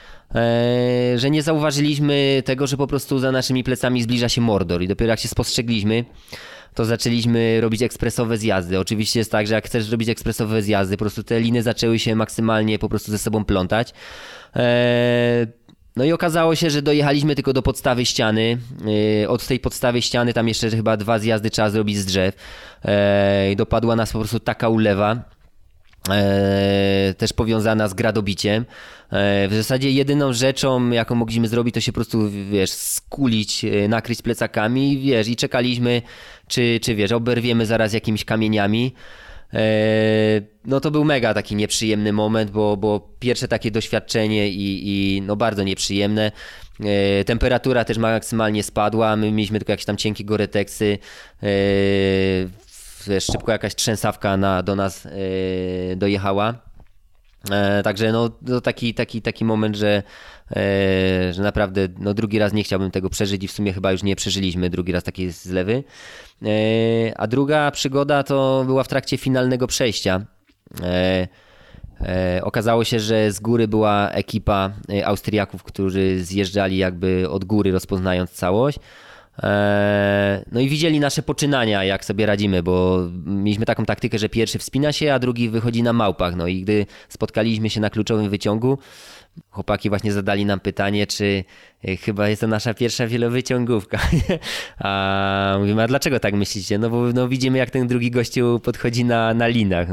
że nie zauważyliśmy tego, że po prostu za naszymi plecami zbliża się Mordor i dopiero jak się spostrzegliśmy, to zaczęliśmy robić ekspresowe zjazdy. Oczywiście jest tak, że jak chcesz robić ekspresowe zjazdy, po prostu te liny zaczęły się maksymalnie po prostu ze sobą plątać. Eee, no i okazało się, że dojechaliśmy tylko do podstawy ściany. Eee, od tej podstawy ściany tam jeszcze chyba dwa zjazdy trzeba zrobić z drzew. Eee, dopadła nas po prostu taka ulewa. E, też powiązana z gradobiciem. E, w zasadzie jedyną rzeczą, jaką mogliśmy zrobić, to się po prostu, wiesz, skulić, e, nakryć plecakami, wiesz, i czekaliśmy, czy, czy wiesz, oberwiemy zaraz jakimiś kamieniami. E, no to był mega taki nieprzyjemny moment, bo, bo pierwsze takie doświadczenie i, i no bardzo nieprzyjemne. E, temperatura też maksymalnie spadła, my mieliśmy tylko jakieś tam cienkie goreteksy. E, Wiesz, szybko jakaś trzęsawka na, do nas e, dojechała. E, także no, to taki, taki, taki moment, że, e, że naprawdę no, drugi raz nie chciałbym tego przeżyć i w sumie chyba już nie przeżyliśmy drugi raz takiej zlewy. E, a druga przygoda to była w trakcie finalnego przejścia. E, e, okazało się, że z góry była ekipa Austriaków, którzy zjeżdżali jakby od góry, rozpoznając całość. No i widzieli nasze poczynania, jak sobie radzimy, bo mieliśmy taką taktykę, że pierwszy wspina się, a drugi wychodzi na małpach. No i gdy spotkaliśmy się na kluczowym wyciągu, chłopaki właśnie zadali nam pytanie, czy chyba jest to nasza pierwsza wielowyciągówka. A mówimy, a dlaczego tak myślicie? No bo no, widzimy, jak ten drugi gościu podchodzi na, na linach.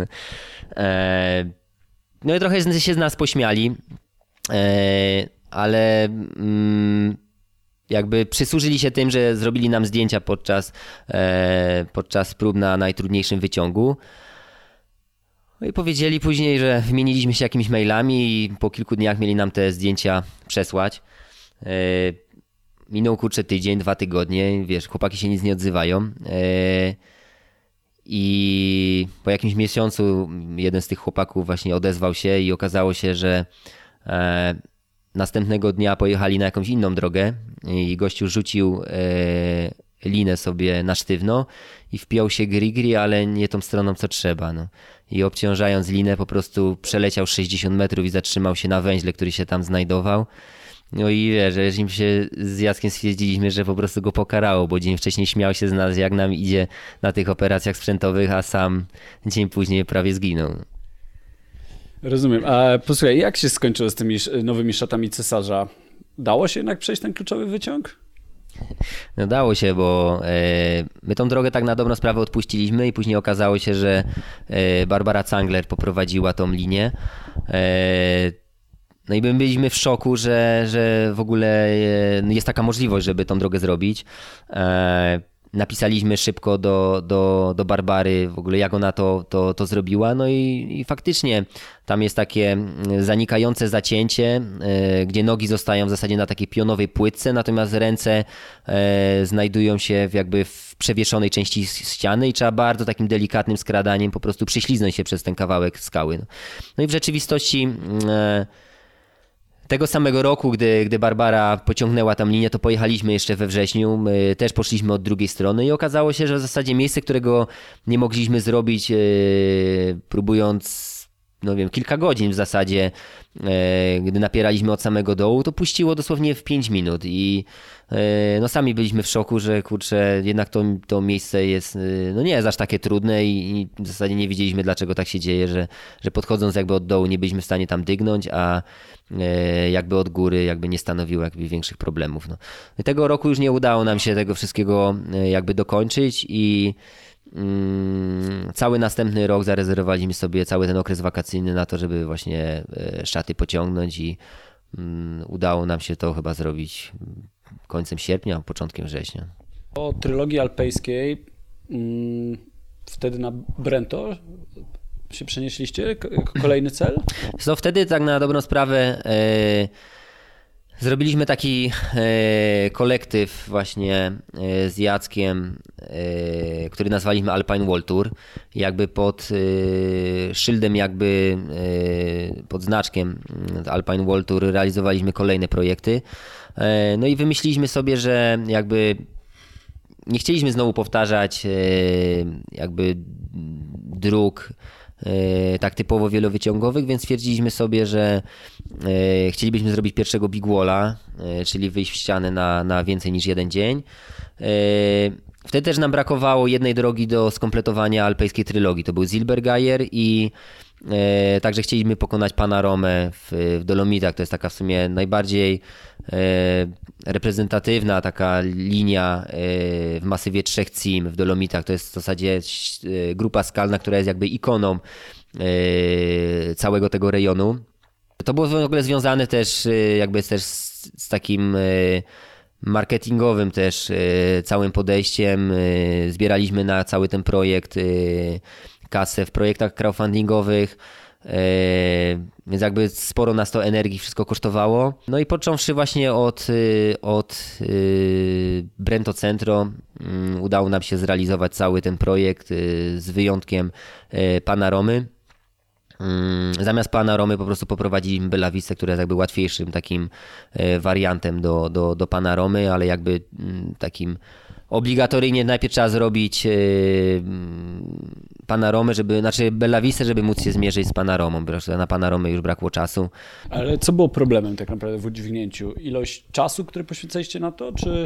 No i trochę się z nas pośmiali, ale... Mm, jakby przysłużyli się tym, że zrobili nam zdjęcia podczas, e, podczas prób na najtrudniejszym wyciągu. No i powiedzieli później, że wymieniliśmy się jakimiś mailami i po kilku dniach mieli nam te zdjęcia przesłać. E, minął kurczę tydzień, dwa tygodnie, wiesz, chłopaki się nic nie odzywają. E, I po jakimś miesiącu jeden z tych chłopaków właśnie odezwał się i okazało się, że e, następnego dnia pojechali na jakąś inną drogę i gościu rzucił e, linę sobie na sztywno i wpiął się grigri, ale nie tą stroną, co trzeba. No. I obciążając linę po prostu przeleciał sześćdziesiąt metrów i zatrzymał się na węźle, który się tam znajdował. No i wiesz, że im się z Jackiem stwierdziliśmy, że po prostu go pokarało, bo dzień wcześniej śmiał się z nas, jak nam idzie na tych operacjach sprzętowych, a sam dzień później prawie zginął. Rozumiem. A posłuchaj, jak się skończyło z tymi nowymi szatami cesarza? Dało się jednak przejść ten kluczowy wyciąg? No dało się, bo e, my tą drogę tak na dobrą sprawę odpuściliśmy i później okazało się, że e, Barbara Zangler poprowadziła tą linię. E, no i my byliśmy w szoku, że, że w ogóle e, jest taka możliwość, żeby tą drogę zrobić. E, Napisaliśmy szybko do, do, do Barbary w ogóle, jak ona to, to, to zrobiła. No i, i faktycznie tam jest takie zanikające zacięcie, e, gdzie nogi zostają w zasadzie na takiej pionowej płytce, natomiast ręce e, znajdują się w jakby w przewieszonej części ściany i trzeba bardzo takim delikatnym skradaniem po prostu prześliznąć się przez ten kawałek skały. No, no i w rzeczywistości... E, Tego samego roku, gdy, gdy Barbara pociągnęła tam linię, to pojechaliśmy jeszcze we wrześniu, my też poszliśmy od drugiej strony i okazało się, że w zasadzie miejsce, którego nie mogliśmy zrobić, yy, próbując, no wiem, kilka godzin w zasadzie, yy, gdy napieraliśmy od samego dołu, to puściło dosłownie w pięć minut i yy, no sami byliśmy w szoku, że kurczę, jednak to, to miejsce jest, yy, no nie jest aż takie trudne i, i w zasadzie nie wiedzieliśmy, dlaczego tak się dzieje, że, że podchodząc jakby od dołu nie byliśmy w stanie tam dygnąć, a jakby od góry jakby nie stanowiło jakby większych problemów. No. Tego roku już nie udało nam się tego wszystkiego jakby dokończyć i mm, cały następny rok zarezerwowaliśmy sobie cały ten okres wakacyjny na to, żeby właśnie szaty pociągnąć i mm, udało nam się to chyba zrobić końcem sierpnia, początkiem września. Po trylogii alpejskiej mm, wtedy na Brento się przenieśliście? Kolejny cel? So, wtedy tak na dobrą sprawę e, zrobiliśmy taki e, kolektyw właśnie e, z Jackiem, e, który nazwaliśmy Alpine World Tour. Jakby pod e, szyldem, jakby e, pod znaczkiem Alpine World Tour realizowaliśmy kolejne projekty. E, no i wymyśliliśmy sobie, że jakby nie chcieliśmy znowu powtarzać e, jakby dróg tak typowo wielowyciągowych, więc stwierdziliśmy sobie, że chcielibyśmy zrobić pierwszego big walla, czyli wyjść w ścianę na, na więcej niż jeden dzień. Wtedy też nam brakowało jednej drogi do skompletowania alpejskiej trylogii. To był Silbergeier i e, także chcieliśmy pokonać Panoromę w, w Dolomitach. To jest taka w sumie najbardziej e, reprezentatywna taka linia e, w masywie trzech cim w Dolomitach. To jest w zasadzie e, grupa skalna, która jest jakby ikoną e, całego tego rejonu. To było w ogóle związane też e, jakby też z, z takim... E, marketingowym też całym podejściem. Zbieraliśmy na cały ten projekt kasę w projektach crowdfundingowych, więc jakby sporo nas to energii wszystko kosztowało. No i począwszy właśnie od, od Brento Centro udało nam się zrealizować cały ten projekt z wyjątkiem Panoramy. Zamiast Panory po prostu poprowadziliśmy Bella Vistę, która jest jakby łatwiejszym takim wariantem do, do, do Panory, ale jakby takim obligatoryjnie najpierw trzeba zrobić Panoromę, żeby, znaczy Bella Vistę, żeby móc się zmierzyć z Panoromą, bo na Panoromę już brakło czasu. Ale co było problemem tak naprawdę w udźwignięciu? Ilość czasu, który poświęcaliście na to, czy...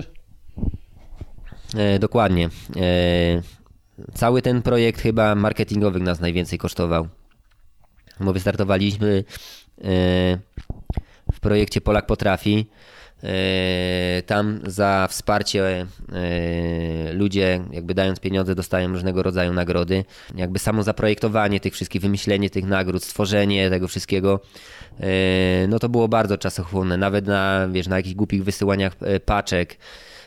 E, dokładnie. E, cały ten projekt chyba marketingowy nas najwięcej kosztował. Bo wystartowaliśmy w projekcie Polak Potrafi. Tam za wsparcie ludzie jakby dając pieniądze dostają różnego rodzaju nagrody. Jakby samo zaprojektowanie tych wszystkich, wymyślenie tych nagród, stworzenie tego wszystkiego, no to było bardzo czasochłonne. Nawet na, wiesz, na jakichś głupich wysyłaniach paczek.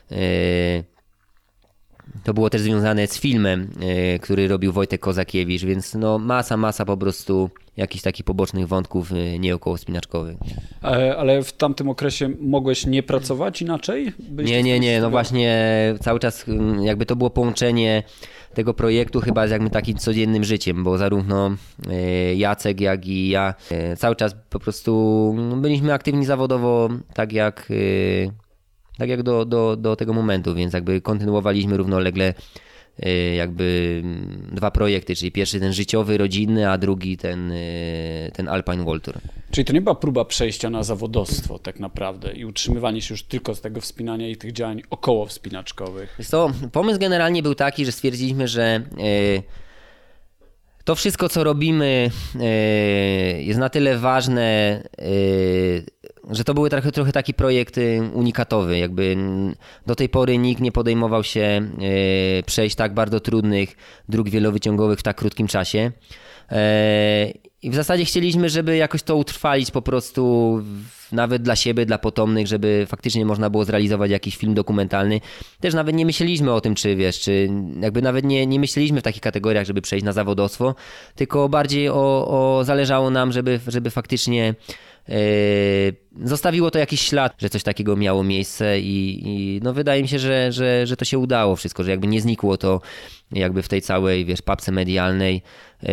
To było też związane z filmem, który robił Wojtek Kozakiewicz, więc no masa, masa po prostu jakichś takich pobocznych wątków nie okołospinaczkowych. Ale w tamtym okresie mogłeś nie pracować inaczej? Byliście nie, nie, nie, no właśnie cały czas jakby to było połączenie tego projektu chyba z jakby takim codziennym życiem, bo zarówno Jacek, jak i ja cały czas po prostu byliśmy aktywni zawodowo tak jak... Tak jak do, do, do tego momentu, więc jakby kontynuowaliśmy równolegle jakby dwa projekty, czyli pierwszy ten życiowy, rodzinny, a drugi ten, ten Alpine World Tour. Czyli to nie była próba przejścia na zawodowstwo tak naprawdę i utrzymywanie się już tylko z tego wspinania i tych działań około wspinaczkowych? Wiesz co, pomysł generalnie był taki, że stwierdziliśmy, że to wszystko, co robimy, jest na tyle ważne, że to był trochę, trochę taki projekt unikatowy. Jakby do tej pory nikt nie podejmował się przejść tak bardzo trudnych dróg wielowyciągowych w tak krótkim czasie. I w zasadzie chcieliśmy, żeby jakoś to utrwalić po prostu nawet dla siebie, dla potomnych, żeby faktycznie można było zrealizować jakiś film dokumentalny. Też nawet nie myśleliśmy o tym, czy wiesz, czy jakby nawet nie, nie myśleliśmy w takich kategoriach, żeby przejść na zawodowstwo, tylko bardziej o, o zależało nam, żeby, żeby faktycznie yy, zostawiło to jakiś ślad, że coś takiego miało miejsce i, i no wydaje mi się, że, że, że to się udało wszystko, że jakby nie znikło to jakby w tej całej, wiesz, papce medialnej. Yy,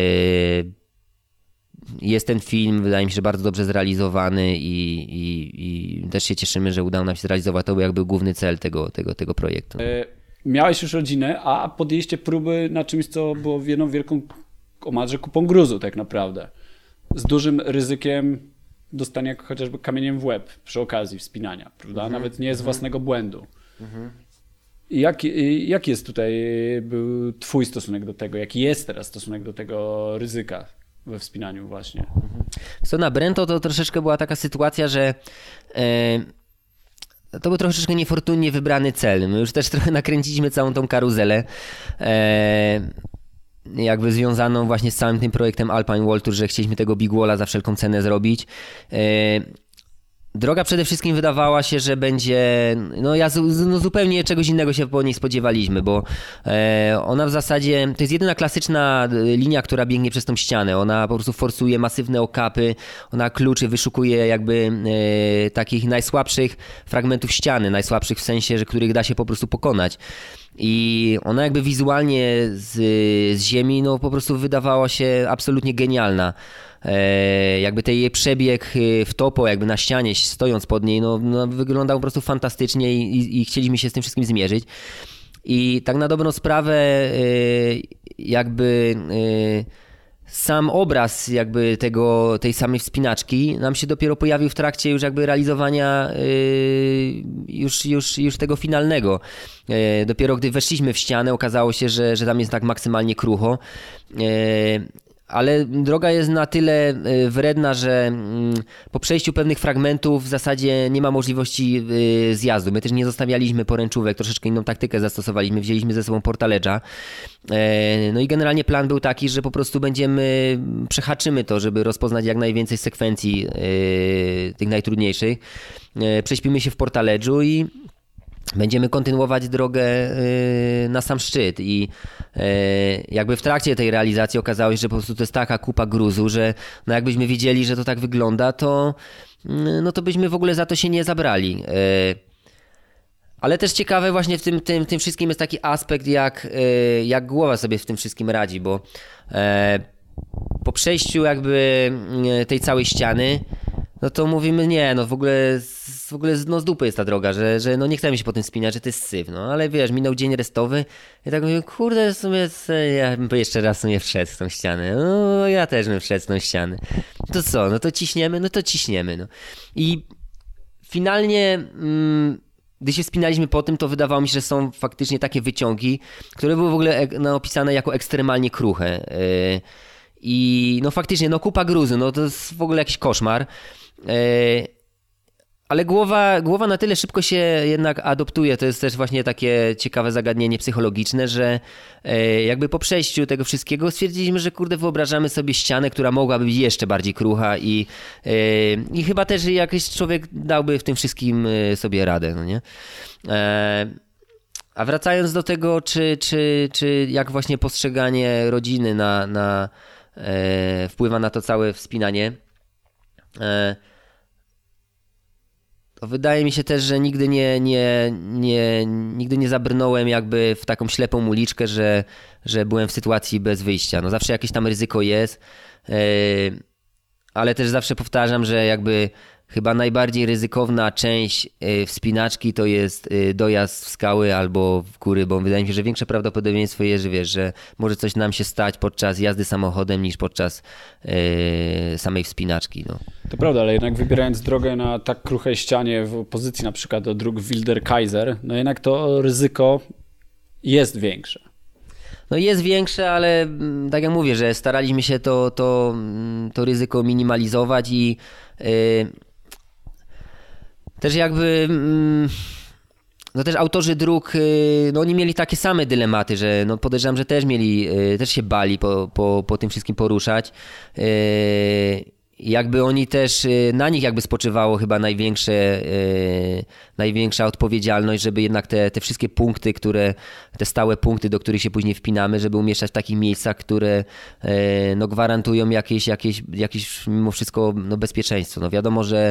Jest ten film, wydaje mi się, że bardzo dobrze zrealizowany i, i, i też się cieszymy, że udało nam się zrealizować. To był jakby główny cel tego, tego, tego projektu. Miałeś już rodzinę, a podjęliście próby na czymś, co było jedną wielką omadrze kupą gruzu tak naprawdę. Z dużym ryzykiem dostania chociażby kamieniem w łeb przy okazji wspinania, prawda? Mhm. Nawet nie z własnego błędu. Mhm. Jak, jak jest tutaj był twój stosunek do tego? Jaki jest teraz stosunek do tego ryzyka we wspinaniu właśnie? Co na Brento to troszeczkę była taka sytuacja, że e, to był troszeczkę niefortunnie wybrany cel. My już też trochę nakręciliśmy całą tą karuzelę, e, jakby związaną właśnie z całym tym projektem Alpine World Tour, że chcieliśmy tego Big Walla za wszelką cenę zrobić. E, Droga przede wszystkim wydawała się, że będzie, no ja no zupełnie czegoś innego się po niej spodziewaliśmy, bo e, ona w zasadzie, to jest jedyna klasyczna linia, która biegnie przez tą ścianę. Ona po prostu forsuje masywne okapy, ona kluczy, wyszukuje jakby e, takich najsłabszych fragmentów ściany, najsłabszych w sensie, że których da się po prostu pokonać. I ona jakby wizualnie z, z ziemi no po prostu wydawała się absolutnie genialna. E, jakby ten jej przebieg w topo, jakby na ścianie, stojąc pod niej, no, no wyglądał po prostu fantastycznie i, i, i chcieliśmy się z tym wszystkim zmierzyć. I tak na dobrą sprawę e, jakby sam obraz jakby tego, tej samej wspinaczki nam się dopiero pojawił w trakcie już jakby realizowania yy, już, już, już tego finalnego. Yy, dopiero gdy weszliśmy w ścianę, okazało się, że, że tam jest tak maksymalnie krucho. Yy, Ale droga jest na tyle wredna, że po przejściu pewnych fragmentów w zasadzie nie ma możliwości zjazdu. My też nie zostawialiśmy poręczówek, troszeczkę inną taktykę zastosowaliśmy, wzięliśmy ze sobą portaledża. No i generalnie plan był taki, że po prostu będziemy, przehaczymy to, żeby rozpoznać jak najwięcej sekwencji tych najtrudniejszych. Prześpimy się w portaledżu i będziemy kontynuować drogę na sam szczyt i jakby w trakcie tej realizacji okazało się, że po prostu to jest taka kupa gruzu, że no jakbyśmy wiedzieli, że to tak wygląda, to, no to byśmy w ogóle za to się nie zabrali. Ale też ciekawe właśnie w tym, tym, tym wszystkim jest taki aspekt, jak, jak głowa sobie w tym wszystkim radzi, bo po przejściu jakby tej całej ściany, no to mówimy, nie, no w ogóle, w ogóle no z dupy jest ta droga, że, że no nie chcemy się po tym spinać, że to jest syf, no ale wiesz, minął dzień restowy i tak mówię, kurde, w sumie ja bym jeszcze raz w sumie wszedł w tą ścianę, no ja też bym wszedł w tą ścianę. To co, no to ciśniemy, no to ciśniemy, no. I finalnie, mm, gdy się wspinaliśmy po tym, to wydawało mi się, że są faktycznie takie wyciągi, które były w ogóle no, opisane jako ekstremalnie kruche. Yy, I no faktycznie, no kupa gruzu, no to jest w ogóle jakiś koszmar. Ale głowa, głowa na tyle szybko się jednak adoptuje, to jest też właśnie takie ciekawe zagadnienie psychologiczne, że jakby po przejściu tego wszystkiego stwierdziliśmy, że kurde wyobrażamy sobie ścianę, która mogłaby być jeszcze bardziej krucha i, i chyba też jakiś człowiek dałby w tym wszystkim sobie radę, no nie? A wracając do tego, czy, czy, czy jak właśnie postrzeganie rodziny na, na, wpływa na to całe wspinanie, to wydaje mi się też, że nigdy nie, nie, nie, nigdy nie zabrnąłem jakby w taką ślepą uliczkę, że, że byłem w sytuacji bez wyjścia. No zawsze jakieś tam ryzyko jest, ale też zawsze powtarzam, że jakby chyba najbardziej ryzykowna część wspinaczki to jest dojazd w skały albo w góry, bo wydaje mi się, że większe prawdopodobieństwo jest, że wiesz, że może coś nam się stać podczas jazdy samochodem niż podczas yy, samej wspinaczki. No. To prawda, ale jednak wybierając drogę na tak kruchej ścianie w opozycji na przykład do dróg Wilder Kaiser, no jednak to ryzyko jest większe. No jest większe, ale tak jak mówię, że staraliśmy się to, to, to ryzyko minimalizować i yy, też jakby, no też autorzy dróg, no oni mieli takie same dylematy, że no podejrzewam, że też mieli, też się bali po, po, po tym wszystkim poruszać. Jakby oni też, na nich jakby spoczywało chyba największe, największa odpowiedzialność, żeby jednak te, te wszystkie punkty, które, te stałe punkty, do których się później wpinamy, żeby umieszczać w takich miejscach, które no gwarantują jakieś, jakieś, jakieś mimo wszystko no bezpieczeństwo. No wiadomo, że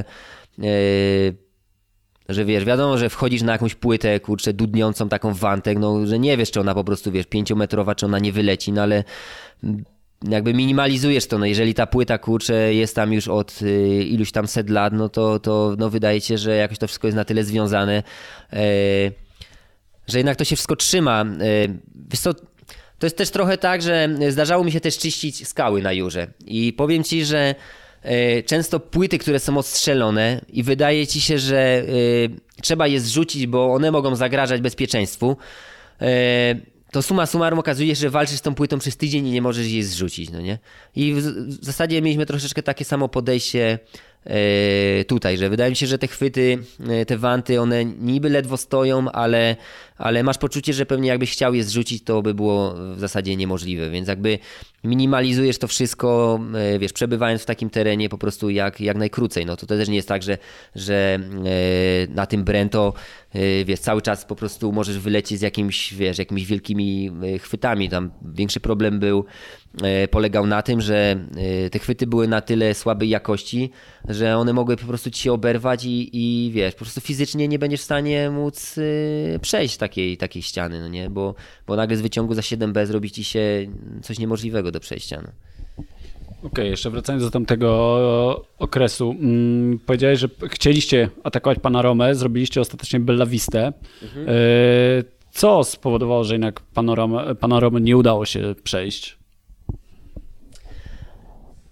że wiesz, wiadomo, że wchodzisz na jakąś płytę, kurczę, dudniącą taką wantek, no, że nie wiesz, czy ona po prostu, wiesz, pięciometrowa, czy ona nie wyleci, no ale jakby minimalizujesz to, no jeżeli ta płyta, kurczę, jest tam już od y, iluś tam set lat, no to, to no wydaje ci się, że jakoś to wszystko jest na tyle związane, y, że jednak to się wszystko trzyma. Y, wiesz co, to jest też trochę tak, że zdarzało mi się też czyścić skały na Jurze i powiem ci, że często płyty, które są odstrzelone i wydaje ci się, że y, trzeba je zrzucić, bo one mogą zagrażać bezpieczeństwu, y, to summa summarum okazuje się, że walczysz z tą płytą przez tydzień i nie możesz jej zrzucić, no nie? I w, w zasadzie mieliśmy troszeczkę takie samo podejście y, tutaj, że wydaje mi się, że te chwyty, y, te wanty, one niby ledwo stoją, ale, ale masz poczucie, że pewnie jakbyś chciał je zrzucić, to by było w zasadzie niemożliwe, więc jakby minimalizujesz to wszystko, wiesz, przebywając w takim terenie po prostu jak, jak najkrócej. No to, to też nie jest tak, że, że na tym Brento, wiesz, cały czas po prostu możesz wylecieć z jakimś, wiesz, jakimiś wielkimi chwytami. Tam większy problem był, polegał na tym, że te chwyty były na tyle słabej jakości, że one mogły po prostu ci się oberwać i, i wiesz, po prostu fizycznie nie będziesz w stanie móc przejść takiej, takiej ściany, no nie? Bo, bo nagle z wyciągu za siedem B zrobi ci się coś niemożliwego do przejścia. No. Okej, okay, jeszcze wracając do tamtego okresu. Hmm, powiedziałeś, że chcieliście atakować Panoramę, zrobiliście ostatecznie Bella Vistę. Mhm. Co spowodowało, że jednak Panoramę, Panoramę nie udało się przejść?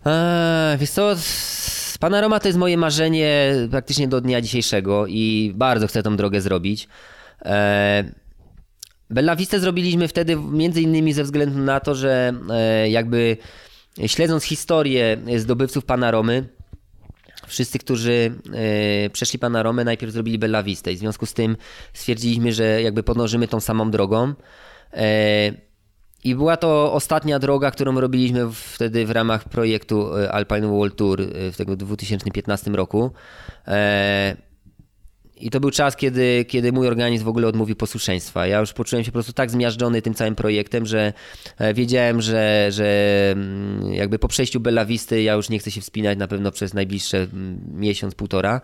Eee, wiesz co, Panorama to jest moje marzenie praktycznie do dnia dzisiejszego i bardzo chcę tą drogę zrobić. Eee, Bella Vistę zrobiliśmy wtedy między innymi ze względu na to, że e, jakby śledząc historię zdobywców Panaromy, wszyscy, którzy e, przeszli Panaramę, najpierw zrobili Bella Vistę i w związku z tym stwierdziliśmy, że jakby podążymy tą samą drogą. E, I była to ostatnia droga, którą robiliśmy wtedy w ramach projektu Alpine World Tour w tego dwa tysiące piętnastym roku. E, I to był czas, kiedy, kiedy mój organizm w ogóle odmówił posłuszeństwa. Ja już poczułem się po prostu tak zmiażdżony tym całym projektem, że wiedziałem, że, że jakby po przejściu Bella Visty ja już nie chcę się wspinać na pewno przez najbliższe miesiąc, półtora.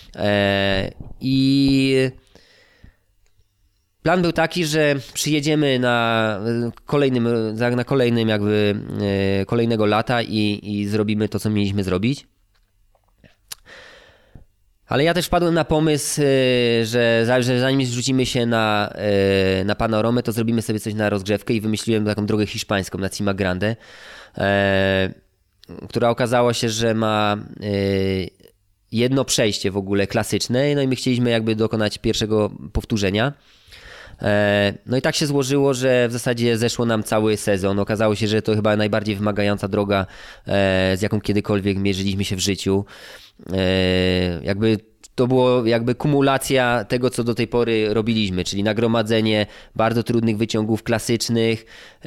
I plan był taki, że przyjedziemy na kolejnym, na kolejnym jakby kolejnego lata i, i zrobimy to, co mieliśmy zrobić. Ale ja też wpadłem na pomysł, że zanim zrzucimy się na, na Panoramę, to zrobimy sobie coś na rozgrzewkę i wymyśliłem taką drogę hiszpańską na Cima Grande, która okazało się, że ma jedno przejście w ogóle klasyczne, no i my chcieliśmy jakby dokonać pierwszego powtórzenia. No i tak się złożyło, że w zasadzie zeszło nam cały sezon. Okazało się, że to chyba najbardziej wymagająca droga, z jaką kiedykolwiek mierzyliśmy się w życiu. Jakby to było jakby kumulacja tego, co do tej pory robiliśmy, czyli nagromadzenie bardzo trudnych wyciągów klasycznych,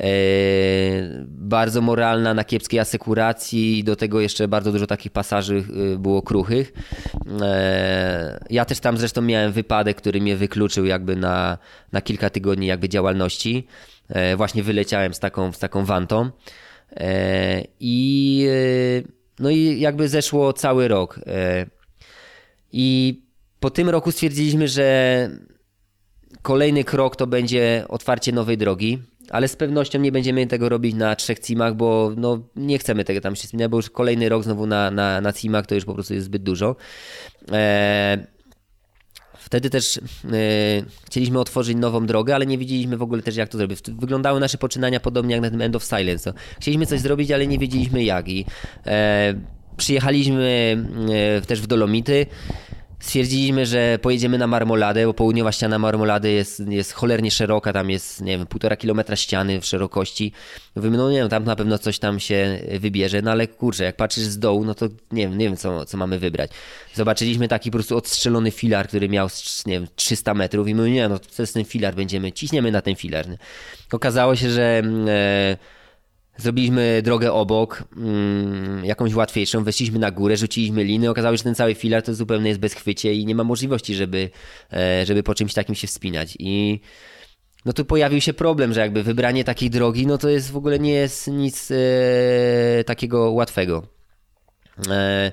bardzo moralna na kiepskiej asekuracji i do tego jeszcze bardzo dużo takich pasaży było kruchych. Ja też tam zresztą miałem wypadek, który mnie wykluczył jakby na, na kilka tygodni jakby działalności. Właśnie wyleciałem z taką, z taką wantą i no i jakby zeszło cały rok. I po tym roku stwierdziliśmy, że kolejny krok to będzie otwarcie nowej drogi, ale z pewnością nie będziemy tego robić na trzech cimach, bo no nie chcemy tego tam się wspinać, bo już kolejny rok znowu na, na, na cimach to już po prostu jest zbyt dużo. Eee, Wtedy też e, chcieliśmy otworzyć nową drogę, ale nie wiedzieliśmy w ogóle też jak to zrobić. Wyglądały nasze poczynania podobnie jak na tym End of Silence. Chcieliśmy coś zrobić, ale nie wiedzieliśmy jak. I e, przyjechaliśmy e, też w Dolomity. Stwierdziliśmy, że pojedziemy na Marmoladę, bo południowa ściana Marmolady jest, jest cholernie szeroka, tam jest, nie wiem, półtora kilometra ściany w szerokości. Mówimy, no nie wiem, tam na pewno coś tam się wybierze, no ale kurczę, jak patrzysz z dołu, no to nie wiem, nie wiem co, co mamy wybrać. Zobaczyliśmy taki po prostu odstrzelony filar, który miał, nie wiem, trzysta metrów i my, nie no, to jest ten filar, będziemy, ciśniemy na ten filar. Okazało się, że e, zrobiliśmy drogę obok, mm, jakąś łatwiejszą, weszliśmy na górę, rzuciliśmy liny, okazało się, że ten cały filar to zupełnie jest bez chwycie i nie ma możliwości, żeby, e, żeby po czymś takim się wspinać. I no tu pojawił się problem, że jakby wybranie takiej drogi, no to jest w ogóle nie jest nic e, takiego łatwego. E,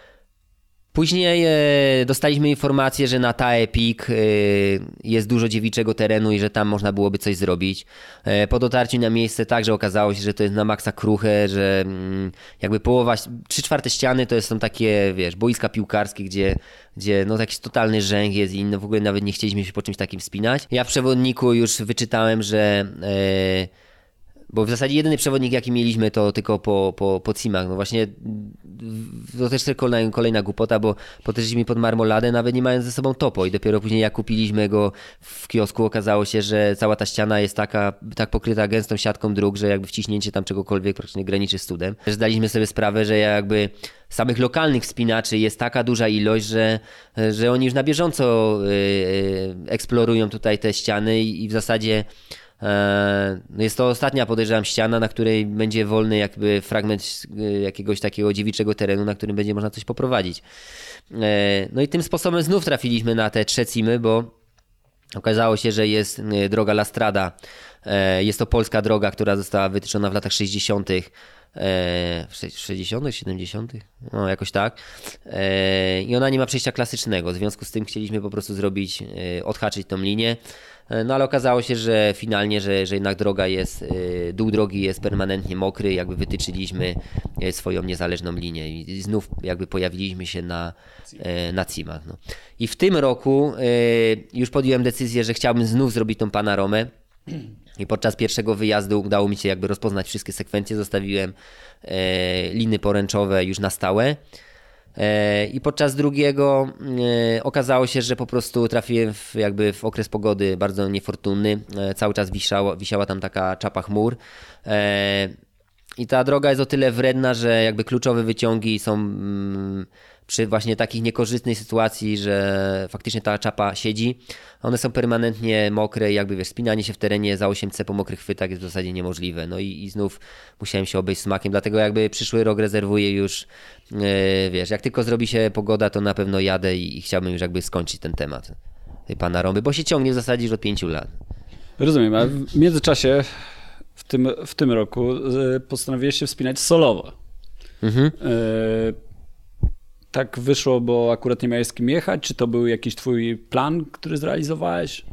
Później e, dostaliśmy informację, że na Tae Peak e, jest dużo dziewiczego terenu i że tam można byłoby coś zrobić. E, po dotarciu na miejsce także okazało się, że to jest na maksa kruche, że mm, jakby połowa, trzy czwarte ściany to są takie, wiesz, boiska piłkarskie, gdzie, gdzie no jakiś totalny rzęg jest i no w ogóle nawet nie chcieliśmy się po czymś takim wspinać. Ja w przewodniku już wyczytałem, że... E, Bo w zasadzie jedyny przewodnik, jaki mieliśmy, to tylko po, po, po cimach. No właśnie to też kolejna, kolejna głupota, bo podeszliśmy pod Marmoladę, nawet nie mając ze sobą topo i dopiero później jak kupiliśmy go w kiosku, okazało się, że cała ta ściana jest taka, tak pokryta gęstą siatką dróg, że jakby wciśnięcie tam czegokolwiek praktycznie graniczy z cudem. Też zdaliśmy sobie sprawę, że jakby samych lokalnych wspinaczy jest taka duża ilość, że, że oni już na bieżąco eksplorują tutaj te ściany i w zasadzie jest to ostatnia, podejrzewam, ściana, na której będzie wolny jakby fragment jakiegoś takiego dziewiczego terenu, na którym będzie można coś poprowadzić. No i tym sposobem znów trafiliśmy na te trzy cimy, bo okazało się, że jest droga La Strada. Jest to polska droga, która została wytyczona w latach sześćdziesiątych. W sześćdziesiątych, siedemdziesiątych? No jakoś tak. I ona nie ma przejścia klasycznego, w związku z tym chcieliśmy po prostu zrobić, odhaczyć tą linię. No ale okazało się, że finalnie, że, że jednak droga jest, dół drogi jest permanentnie mokry, jakby wytyczyliśmy swoją niezależną linię i znów jakby pojawiliśmy się na, na cimach. No. I w tym roku już podjąłem decyzję, że chciałbym znów zrobić tą Panaramę. I podczas pierwszego wyjazdu udało mi się jakby rozpoznać wszystkie sekwencje, zostawiłem e, liny poręczowe już na stałe. E, I podczas drugiego e, okazało się, że po prostu trafiłem w, jakby w okres pogody bardzo niefortunny. E, cały czas wisiało, wisiała tam taka czapa chmur. E, I ta droga jest o tyle wredna, że jakby kluczowe wyciągi są mm, przy właśnie takich niekorzystnej sytuacji, że faktycznie ta czapa siedzi. One są permanentnie mokre i jakby wiesz, spinanie się w terenie za osiem C po mokrych chwytach jest w zasadzie niemożliwe. No i, i znów musiałem się obejść smakiem, dlatego jakby przyszły rok rezerwuję już, yy, wiesz, jak tylko zrobi się pogoda, to na pewno jadę i, i chciałbym już jakby skończyć ten temat pana Rąby, bo się ciągnie w zasadzie już od pięciu lat. Rozumiem, a w międzyczasie w tym, w tym roku postanowiłeś się wspinać solowo. Mhm. Yy, tak wyszło, bo akurat nie miałeś z kim jechać? Czy to był jakiś twój plan, który zrealizowałeś?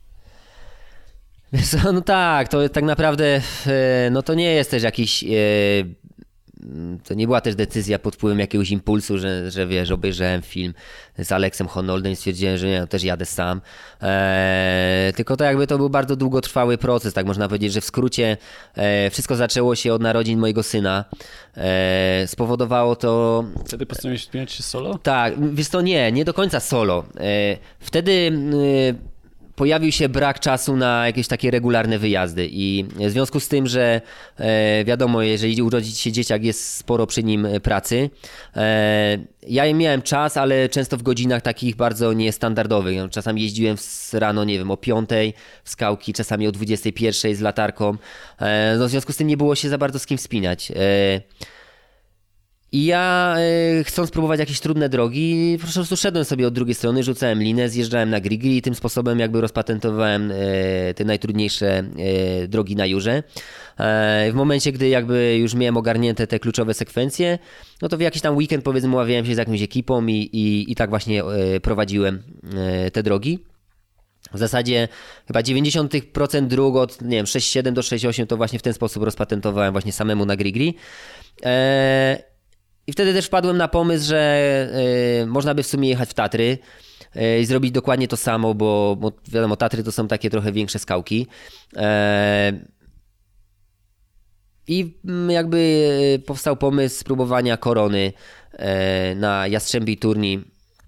No tak, to tak naprawdę no to nie jest też jakiś... To nie była też decyzja pod wpływem jakiegoś impulsu, że, że wiesz, obejrzałem film z Aleksem Honoldem i stwierdziłem, że nie, no też jadę sam. Eee, tylko to jakby to był bardzo długotrwały proces, tak można powiedzieć, że w skrócie e, wszystko zaczęło się od narodzin mojego syna. E, spowodowało to... Wtedy postanowiłeś wspinać się solo? Tak, wiesz to nie, nie do końca solo. E, wtedy... E, pojawił się brak czasu na jakieś takie regularne wyjazdy i w związku z tym, że e, wiadomo, jeżeli urodzić się dzieciak, jest sporo przy nim pracy. E, ja miałem czas, ale często w godzinach takich bardzo niestandardowych. No, czasami jeździłem z rano, nie wiem, o piątej w skałki, czasami o dwudziestej pierwszej z latarką. E, no, w związku z tym nie było się za bardzo z kim wspinać. E, I ja y, chcąc spróbować jakieś trudne drogi, po prostu szedłem sobie od drugiej strony, rzucałem linę, zjeżdżałem na grigri i tym sposobem jakby rozpatentowałem y, te najtrudniejsze y, drogi na Jurze. Y, w momencie, gdy jakby już miałem ogarnięte te kluczowe sekwencje, no to w jakiś tam weekend powiedzmy umawiałem się z jakąś ekipą i, i, i tak właśnie y, prowadziłem y, te drogi. W zasadzie chyba dziewięćdziesiąt procent dróg od nie wiem, sześć siedem do sześć osiem to właśnie w ten sposób rozpatentowałem właśnie samemu na grigri. Y, I wtedy też wpadłem na pomysł, że y, można by w sumie jechać w Tatry y, i zrobić dokładnie to samo, bo, bo wiadomo, Tatry to są takie trochę większe skałki. Y, I jakby powstał pomysł spróbowania korony y, na Jastrzębiej Turni.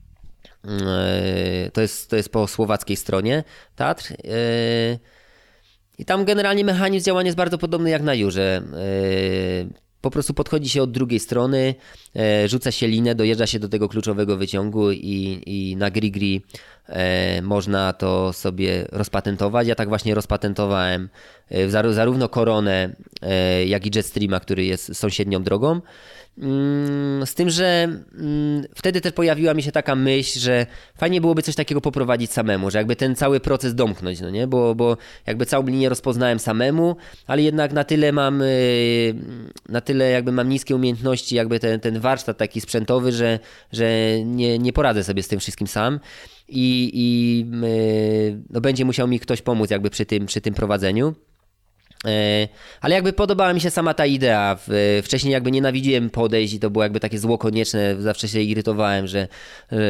Y, to jest, to jest po słowackiej stronie Tatr. Y, I tam generalnie mechanizm działania jest bardzo podobny jak na Jurze. Y, Po prostu podchodzi się od drugiej strony, e, rzuca się linę, dojeżdża się do tego kluczowego wyciągu i, i na grigri e, można to sobie rozpatentować. Ja tak właśnie rozpatentowałem e, zar- zarówno koronę, e, jak i Jetstreama, który jest sąsiednią drogą. Mm, z tym, że mm, wtedy też pojawiła mi się taka myśl, że fajnie byłoby coś takiego poprowadzić samemu, że jakby ten cały proces domknąć, no nie? Bo, bo jakby całą linię rozpoznałem samemu, ale jednak na tyle mam yy, na tyle jakby mam niskie umiejętności, jakby ten, ten warsztat taki sprzętowy, że, że nie, nie poradzę sobie z tym wszystkim sam i, i yy, no będzie musiał mi ktoś pomóc jakby przy tym, przy tym prowadzeniu. Ale jakby podobała mi się sama ta idea. Wcześniej jakby nienawidziłem podejść i to było jakby takie zło konieczne. Zawsze się irytowałem, że, że,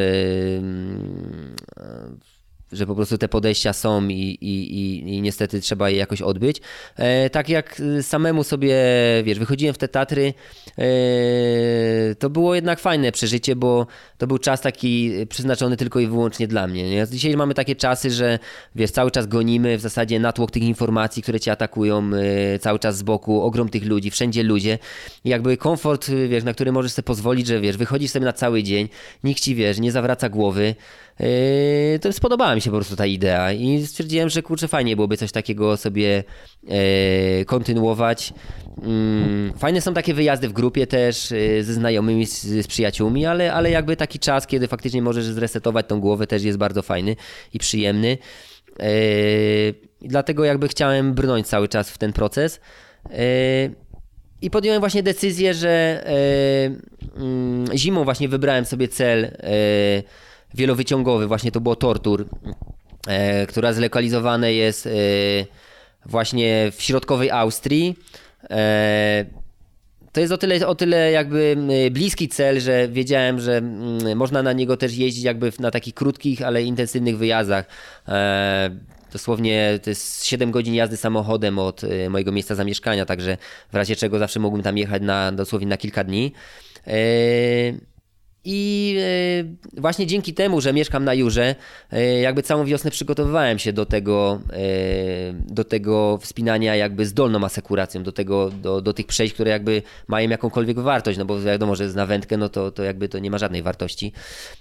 że po prostu te podejścia są i, i, i, i niestety trzeba je jakoś odbyć. Tak jak samemu sobie, wiesz, wychodziłem w te Tatry, to było jednak fajne przeżycie, bo to był czas taki przeznaczony tylko i wyłącznie dla mnie. Nie? Dzisiaj mamy takie czasy, że wiesz, cały czas gonimy w zasadzie natłok tych informacji, które cię atakują cały czas z boku, ogrom tych ludzi, wszędzie ludzie. I jakby komfort, wiesz, na który możesz sobie pozwolić, że wiesz, wychodzisz sobie na cały dzień, nikt ci, wiesz, nie zawraca głowy. Yy, to spodobała mi się po prostu ta idea i stwierdziłem, że kurczę, fajnie byłoby coś takiego sobie yy, kontynuować. Yy, fajne są takie wyjazdy w grupie też yy, ze znajomymi, z, z przyjaciółmi, ale, ale jakby taki czas, kiedy faktycznie możesz zresetować tą głowę, też jest bardzo fajny i przyjemny. Yy, dlatego jakby chciałem brnąć cały czas w ten proces. Yy, I podjąłem właśnie decyzję, że yy, yy, zimą właśnie wybrałem sobie cel yy, wielowyciągowy, właśnie to było Tortur, e, która zlokalizowane jest e, właśnie w środkowej Austrii. E, to jest o tyle, o tyle jakby bliski cel, że wiedziałem, że m, można na niego też jeździć jakby na takich krótkich, ale intensywnych wyjazdach. E, dosłownie to jest siedem godzin jazdy samochodem od mojego miejsca zamieszkania, także w razie czego zawsze mógłbym tam jechać na, dosłownie na kilka dni. I właśnie dzięki temu, że mieszkam na Jurze, jakby całą wiosnę przygotowywałem się do tego, do tego wspinania jakby z dolną asekuracją, do, tego, do, do tych przejść, które jakby mają jakąkolwiek wartość, no bo wiadomo, że na wędkę no to, to jakby to nie ma żadnej wartości.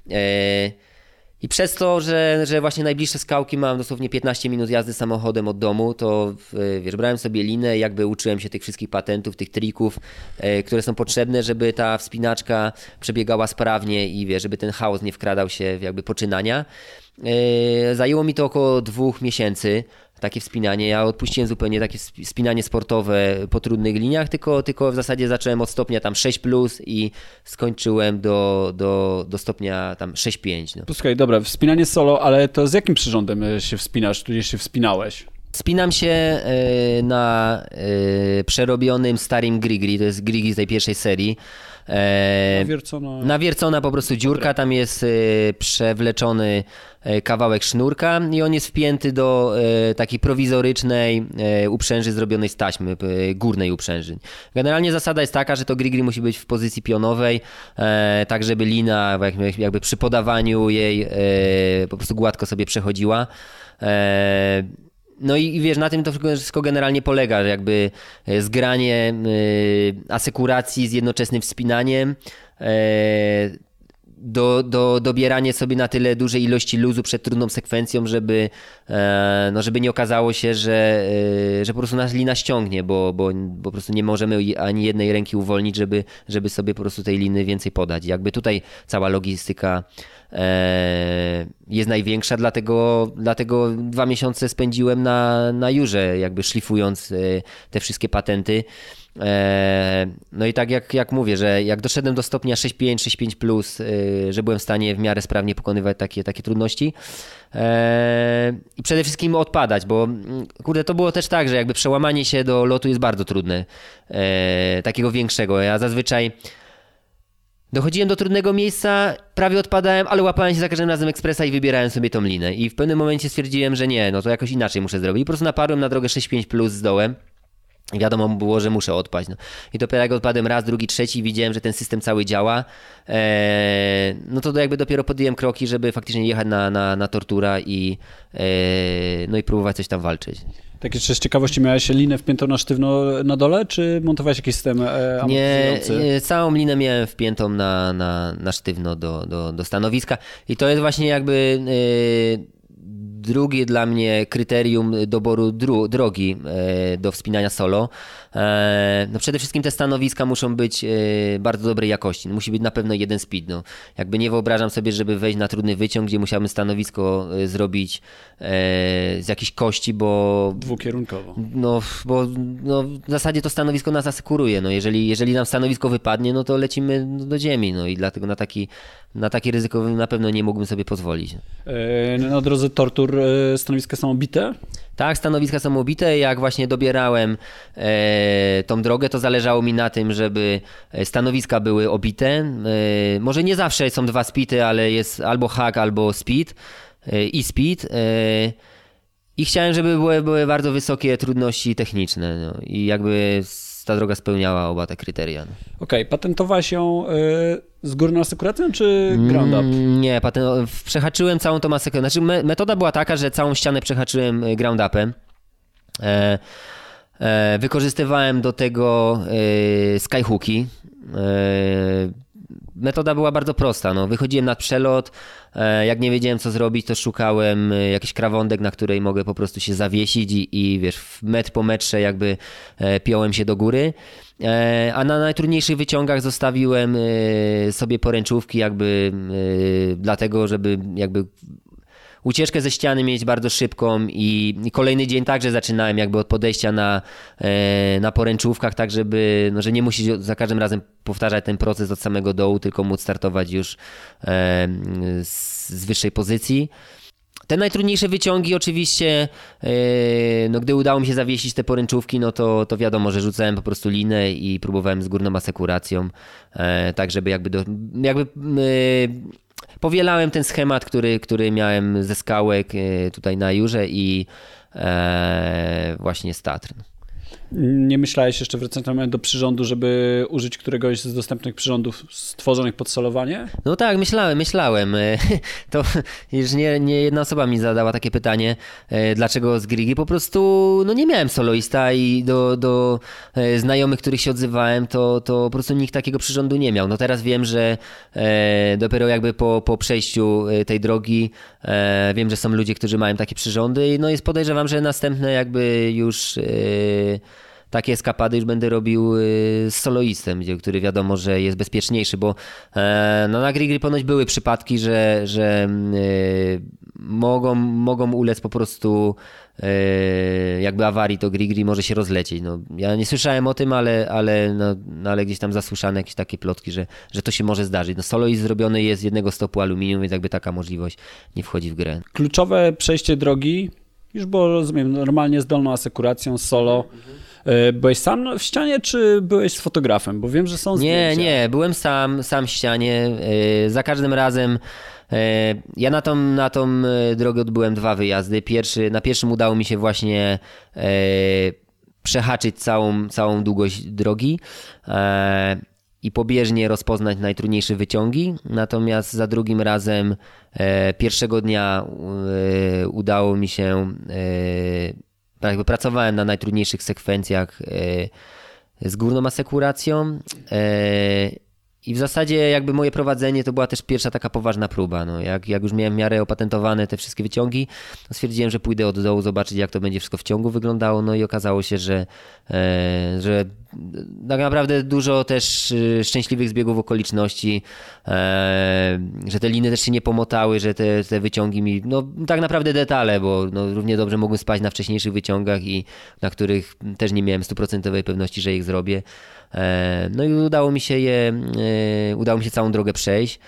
I przez to, że, że właśnie najbliższe skałki mam dosłownie piętnaście minut jazdy samochodem od domu, to wiesz, brałem sobie linę, jakby uczyłem się tych wszystkich patentów, tych trików, e, które są potrzebne, żeby ta wspinaczka przebiegała sprawnie i wiesz, żeby ten chaos nie wkradał się w jakby poczynania. E, zajęło mi to około dwóch miesięcy. Takie wspinanie. Ja odpuściłem zupełnie takie wspinanie sportowe po trudnych liniach, tylko, tylko w zasadzie zacząłem od stopnia tam sześć plus i skończyłem do, do, do stopnia tam sześć pięć. No. Posłuchaj, dobra, wspinanie solo, ale to z jakim przyrządem się wspinasz, tudzież się wspinałeś? Wspinam się na przerobionym starym Grigri, to jest Grigri z tej pierwszej serii. Nawiercona... Nawiercona po prostu dziurka, tam jest przewleczony kawałek sznurka i on jest wpięty do takiej prowizorycznej uprzęży zrobionej z taśmy, górnej uprzęży. Generalnie zasada jest taka, że to Grigri musi być w pozycji pionowej, tak żeby lina jakby przy podawaniu jej po prostu gładko sobie przechodziła. No i, i wiesz, na tym to wszystko generalnie polega, że jakby zgranie y, asekuracji z jednoczesnym wspinaniem, y, do, do, dobieranie sobie na tyle dużej ilości luzu przed trudną sekwencją, żeby, y, no żeby nie okazało się, że, y, że po prostu nas lina ściągnie, bo, bo, bo po prostu nie możemy ani jednej ręki uwolnić, żeby, żeby sobie po prostu tej liny więcej podać. Jakby tutaj cała logistyka jest największa, dlatego, dlatego dwa miesiące spędziłem na, na Jurze, jakby szlifując te wszystkie patenty. No i tak jak, jak mówię, że jak doszedłem do stopnia sześć pięć, sześć pięć plus, że byłem w stanie w miarę sprawnie pokonywać takie, takie trudności i przede wszystkim odpadać, bo kurde, to było też tak, że jakby przełamanie się do lotu jest bardzo trudne, takiego większego. Ja zazwyczaj dochodziłem do trudnego miejsca, prawie odpadałem, ale łapałem się za każdym razem ekspresa i wybierałem sobie tą linę. I w pewnym momencie stwierdziłem, że nie, no to jakoś inaczej muszę zrobić. I po prostu naparłem na drogę sześć pięć plus z dołem. I wiadomo było, że muszę odpaść. No. I dopiero jak odpadłem raz, drugi, trzeci, widziałem, że ten system cały działa, eee, no to jakby dopiero podjąłem kroki, żeby faktycznie jechać na, na, na tortura i, eee, no i próbować coś tam walczyć. Tak jeszcze z ciekawości, miałeś linę wpiętą na sztywno na dole, czy montowałeś jakiś system e, amortyzujący? Nie, całą linę miałem wpiętą na, na, na sztywno do, do, do stanowiska i to jest właśnie jakby e, drugie dla mnie kryterium doboru dru, drogi e, do wspinania solo. E, no przede wszystkim te stanowiska muszą być e, bardzo dobrej jakości. No musi być na pewno jeden speed. No. Jakby nie wyobrażam sobie, żeby wejść na trudny wyciąg, gdzie musiałbym stanowisko e, zrobić e, z jakiejś kości, bo... Dwukierunkowo. No, bo no, w zasadzie to stanowisko nas asekuruje. No, jeżeli, jeżeli nam stanowisko wypadnie, no to lecimy do ziemi. No i dlatego na taki, na taki ryzyko na pewno nie mógłbym sobie pozwolić. E, na drodze tortur e, stanowiska są obite? Tak, stanowiska są obite. Jak właśnie dobierałem e, tą drogę, to zależało mi na tym, żeby stanowiska były obite. E, może nie zawsze są dwa speedy, ale jest albo hack, albo speed e, i speed. E, I chciałem, żeby były, były bardzo wysokie trudności techniczne. No. I jakby ta droga spełniała oba te kryteria. No. Okej, okay, patentowałeś ją y, z górną asekuracją, czy ground up? Mm, nie, patent, przehaczyłem całą tą asekurację. Znaczy me, metoda była taka, że całą ścianę przehaczyłem ground upem. E, e, wykorzystywałem do tego e, skyhooki. E, metoda była bardzo prosta. No. Wychodziłem nad przelot, e, jak nie wiedziałem co zrobić, to szukałem jakiś krawądek, na której mogę po prostu się zawiesić i, i wiesz, metr po metrze jakby e, piąłem się do góry. E, a na najtrudniejszych wyciągach zostawiłem e, sobie poręczówki jakby e, dlatego, żeby jakby ucieczkę ze ściany mieć bardzo szybką i, i kolejny dzień także zaczynałem jakby od podejścia na, e, na poręczówkach, tak żeby, no, że nie musisz za każdym razem powtarzać ten proces od samego dołu, tylko móc startować już e, z, z wyższej pozycji. Te najtrudniejsze wyciągi oczywiście, e, no gdy udało mi się zawiesić te poręczówki, no to, to wiadomo, że rzucałem po prostu linę i próbowałem z górną asekuracją, e, tak żeby jakby, do, jakby e, powielałem ten schemat, który, który miałem ze skałek tutaj na Jurze i e, właśnie z Tatr. Nie myślałeś jeszcze, wracając do przyrządu, żeby użyć któregoś z dostępnych przyrządów stworzonych pod solowanie? No tak, myślałem, myślałem. To już nie, nie jedna osoba mi zadała takie pytanie, dlaczego z Grigi. Po prostu no nie miałem soloista i do, do znajomych, których się odzywałem, to, to po prostu nikt takiego przyrządu nie miał. No teraz wiem, że dopiero jakby po, po przejściu tej drogi wiem, że są ludzie, którzy mają takie przyrządy i no jest podejrzewam, że następne jakby już takie eskapady już będę robił z soloistem, który wiadomo, że jest bezpieczniejszy, bo no, na Grigri ponoć były przypadki, że, że mogą, mogą ulec po prostu jakby awarii, to Grigri może się rozlecieć. No, ja nie słyszałem o tym, ale, ale, no, no, ale gdzieś tam zasłyszane jakieś takie plotki, że, że to się może zdarzyć. No, soloist zrobiony jest z jednego stopu aluminium, więc jakby taka możliwość nie wchodzi w grę. Kluczowe przejście drogi już było, rozumiem, normalnie z dolną asekuracją, solo. Byłeś sam w ścianie, czy byłeś z fotografem? Bo wiem, że są zdjęcia. Nie, nie, byłem sam, sam w ścianie. Za każdym razem ja na tą, na tą drogę odbyłem dwa wyjazdy. Pierwszy, na pierwszym udało mi się właśnie przehaczyć całą, całą długość drogi i pobieżnie rozpoznać najtrudniejsze wyciągi. Natomiast za drugim razem pierwszego dnia udało mi się, jakby pracowałem na najtrudniejszych sekwencjach z górną asekuracją i w zasadzie jakby moje prowadzenie to była też pierwsza taka poważna próba. No, jak, jak już miałem w miarę opatentowane te wszystkie wyciągi, to stwierdziłem, że pójdę od dołu zobaczyć, jak to będzie wszystko w ciągu wyglądało. No i okazało się, że, że tak naprawdę dużo też szczęśliwych zbiegów okoliczności, że te liny też się nie pomotały, że te, te wyciągi mi, no tak naprawdę detale, bo no, równie dobrze mogłem spać na wcześniejszych wyciągach i na których też nie miałem stuprocentowej pewności, że ich zrobię. No i udało mi się je, udało mi się całą drogę przejść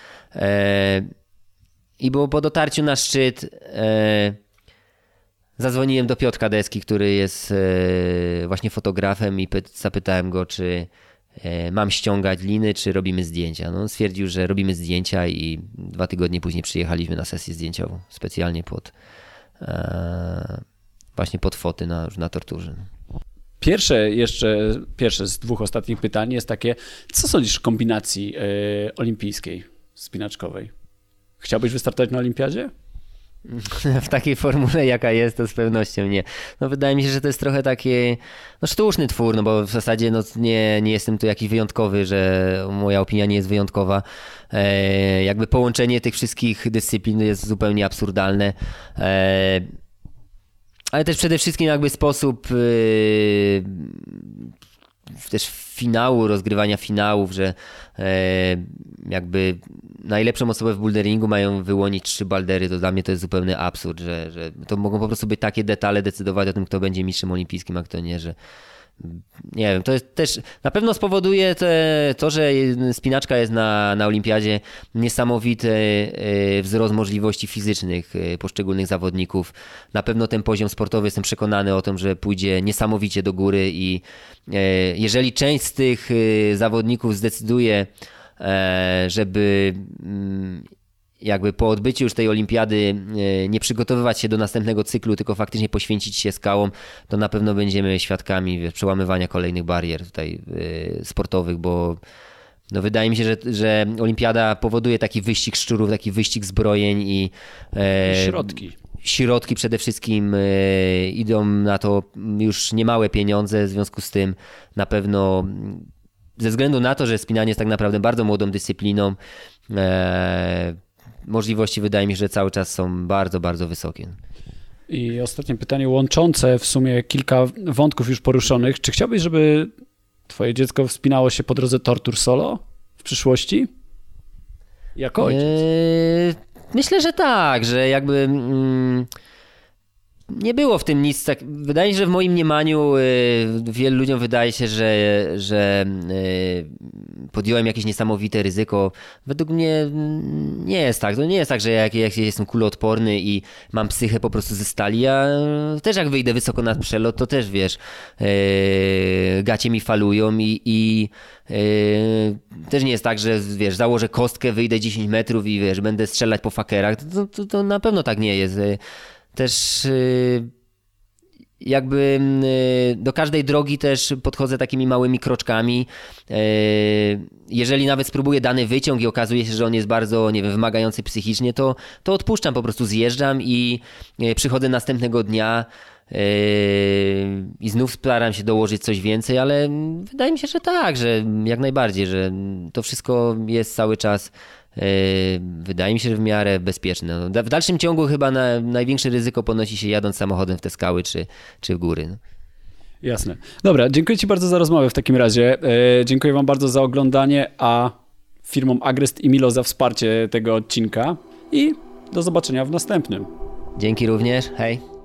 i było po dotarciu na szczyt zadzwoniłem do Piotrka Deski, który jest właśnie fotografem i zapytałem go, czy mam ściągać liny, czy robimy zdjęcia. No, stwierdził, że robimy zdjęcia i dwa tygodnie później przyjechaliśmy na sesję zdjęciową specjalnie pod właśnie pod foty na, na Torturze. Pierwsze jeszcze, pierwsze z dwóch ostatnich pytań jest takie, co sądzisz o kombinacji y, olimpijskiej, spinaczkowej? Chciałbyś wystartować na olimpiadzie? W takiej formule, jaka jest, to z pewnością nie. No wydaje mi się, że to jest trochę taki no, sztuczny twór, no bo w zasadzie no, nie, nie jestem tu jakiś wyjątkowy, że moja opinia nie jest wyjątkowa. E, jakby połączenie tych wszystkich dyscyplin jest zupełnie absurdalne. E, ale też przede wszystkim jakby sposób yy, też finału, rozgrywania finałów, że yy, jakby najlepszą osobę w boulderingu mają wyłonić trzy baldery, to dla mnie to jest zupełny absurd, że, że to mogą po prostu być takie detale decydować o tym, kto będzie mistrzem olimpijskim, a kto nie, że nie wiem, to jest też na pewno spowoduje te, to, że spinaczka jest na, na olimpiadzie niesamowity wzrost możliwości fizycznych poszczególnych zawodników. Na pewno ten poziom sportowy, jestem przekonany o tym, że pójdzie niesamowicie do góry i jeżeli część z tych zawodników zdecyduje, żeby jakby po odbyciu już tej olimpiady nie przygotowywać się do następnego cyklu, tylko faktycznie poświęcić się skałom, to na pewno będziemy świadkami przełamywania kolejnych barier tutaj sportowych, bo no wydaje mi się, że, że olimpiada powoduje taki wyścig szczurów, taki wyścig zbrojeń i e, środki. Środki przede wszystkim e, idą na to już niemałe pieniądze, w związku z tym na pewno ze względu na to, że spinanie jest tak naprawdę bardzo młodą dyscypliną, e, możliwości wydaje mi się, że cały czas są bardzo, bardzo wysokie. I ostatnie pytanie łączące w sumie kilka wątków już poruszonych. Czy chciałbyś, żeby twoje dziecko wspinało się po drodze Tortur solo w przyszłości? Jako ojciec? Eee, myślę, że tak, że jakby... Mm, nie było w tym nic tak. Wydaje mi się, że w moim mniemaniu wielu ludziom wydaje się, że, że podjąłem jakieś niesamowite ryzyko. Według mnie nie jest tak. To nie jest tak, że jak, jak jestem kuloodporny i mam psychę po prostu ze stali. Ja też jak wyjdę wysoko nad przelot, to też wiesz, gacie mi falują i, i też nie jest tak, że wiesz, założę kostkę, wyjdę dziesięć metrów i wiesz, będę strzelać po fakerach. To, to, to na pewno tak nie jest. Też jakby do każdej drogi też podchodzę takimi małymi kroczkami. Jeżeli nawet spróbuję dany wyciąg i okazuje się, że on jest bardzo, nie wiem, wymagający psychicznie, to, to odpuszczam, po prostu zjeżdżam i przychodzę następnego dnia i znów staram się dołożyć coś więcej, ale wydaje mi się, że tak, że jak najbardziej, że to wszystko jest cały czas, wydaje mi się, że w miarę bezpieczne. W dalszym ciągu chyba na, największe ryzyko ponosi się jadąc samochodem w te skały czy, czy w góry. No. Jasne. Dobra, dziękuję Ci bardzo za rozmowę w takim razie. Dziękuję Wam bardzo za oglądanie, a firmom Agrest i Milo za wsparcie tego odcinka i do zobaczenia w następnym. Dzięki również, hej.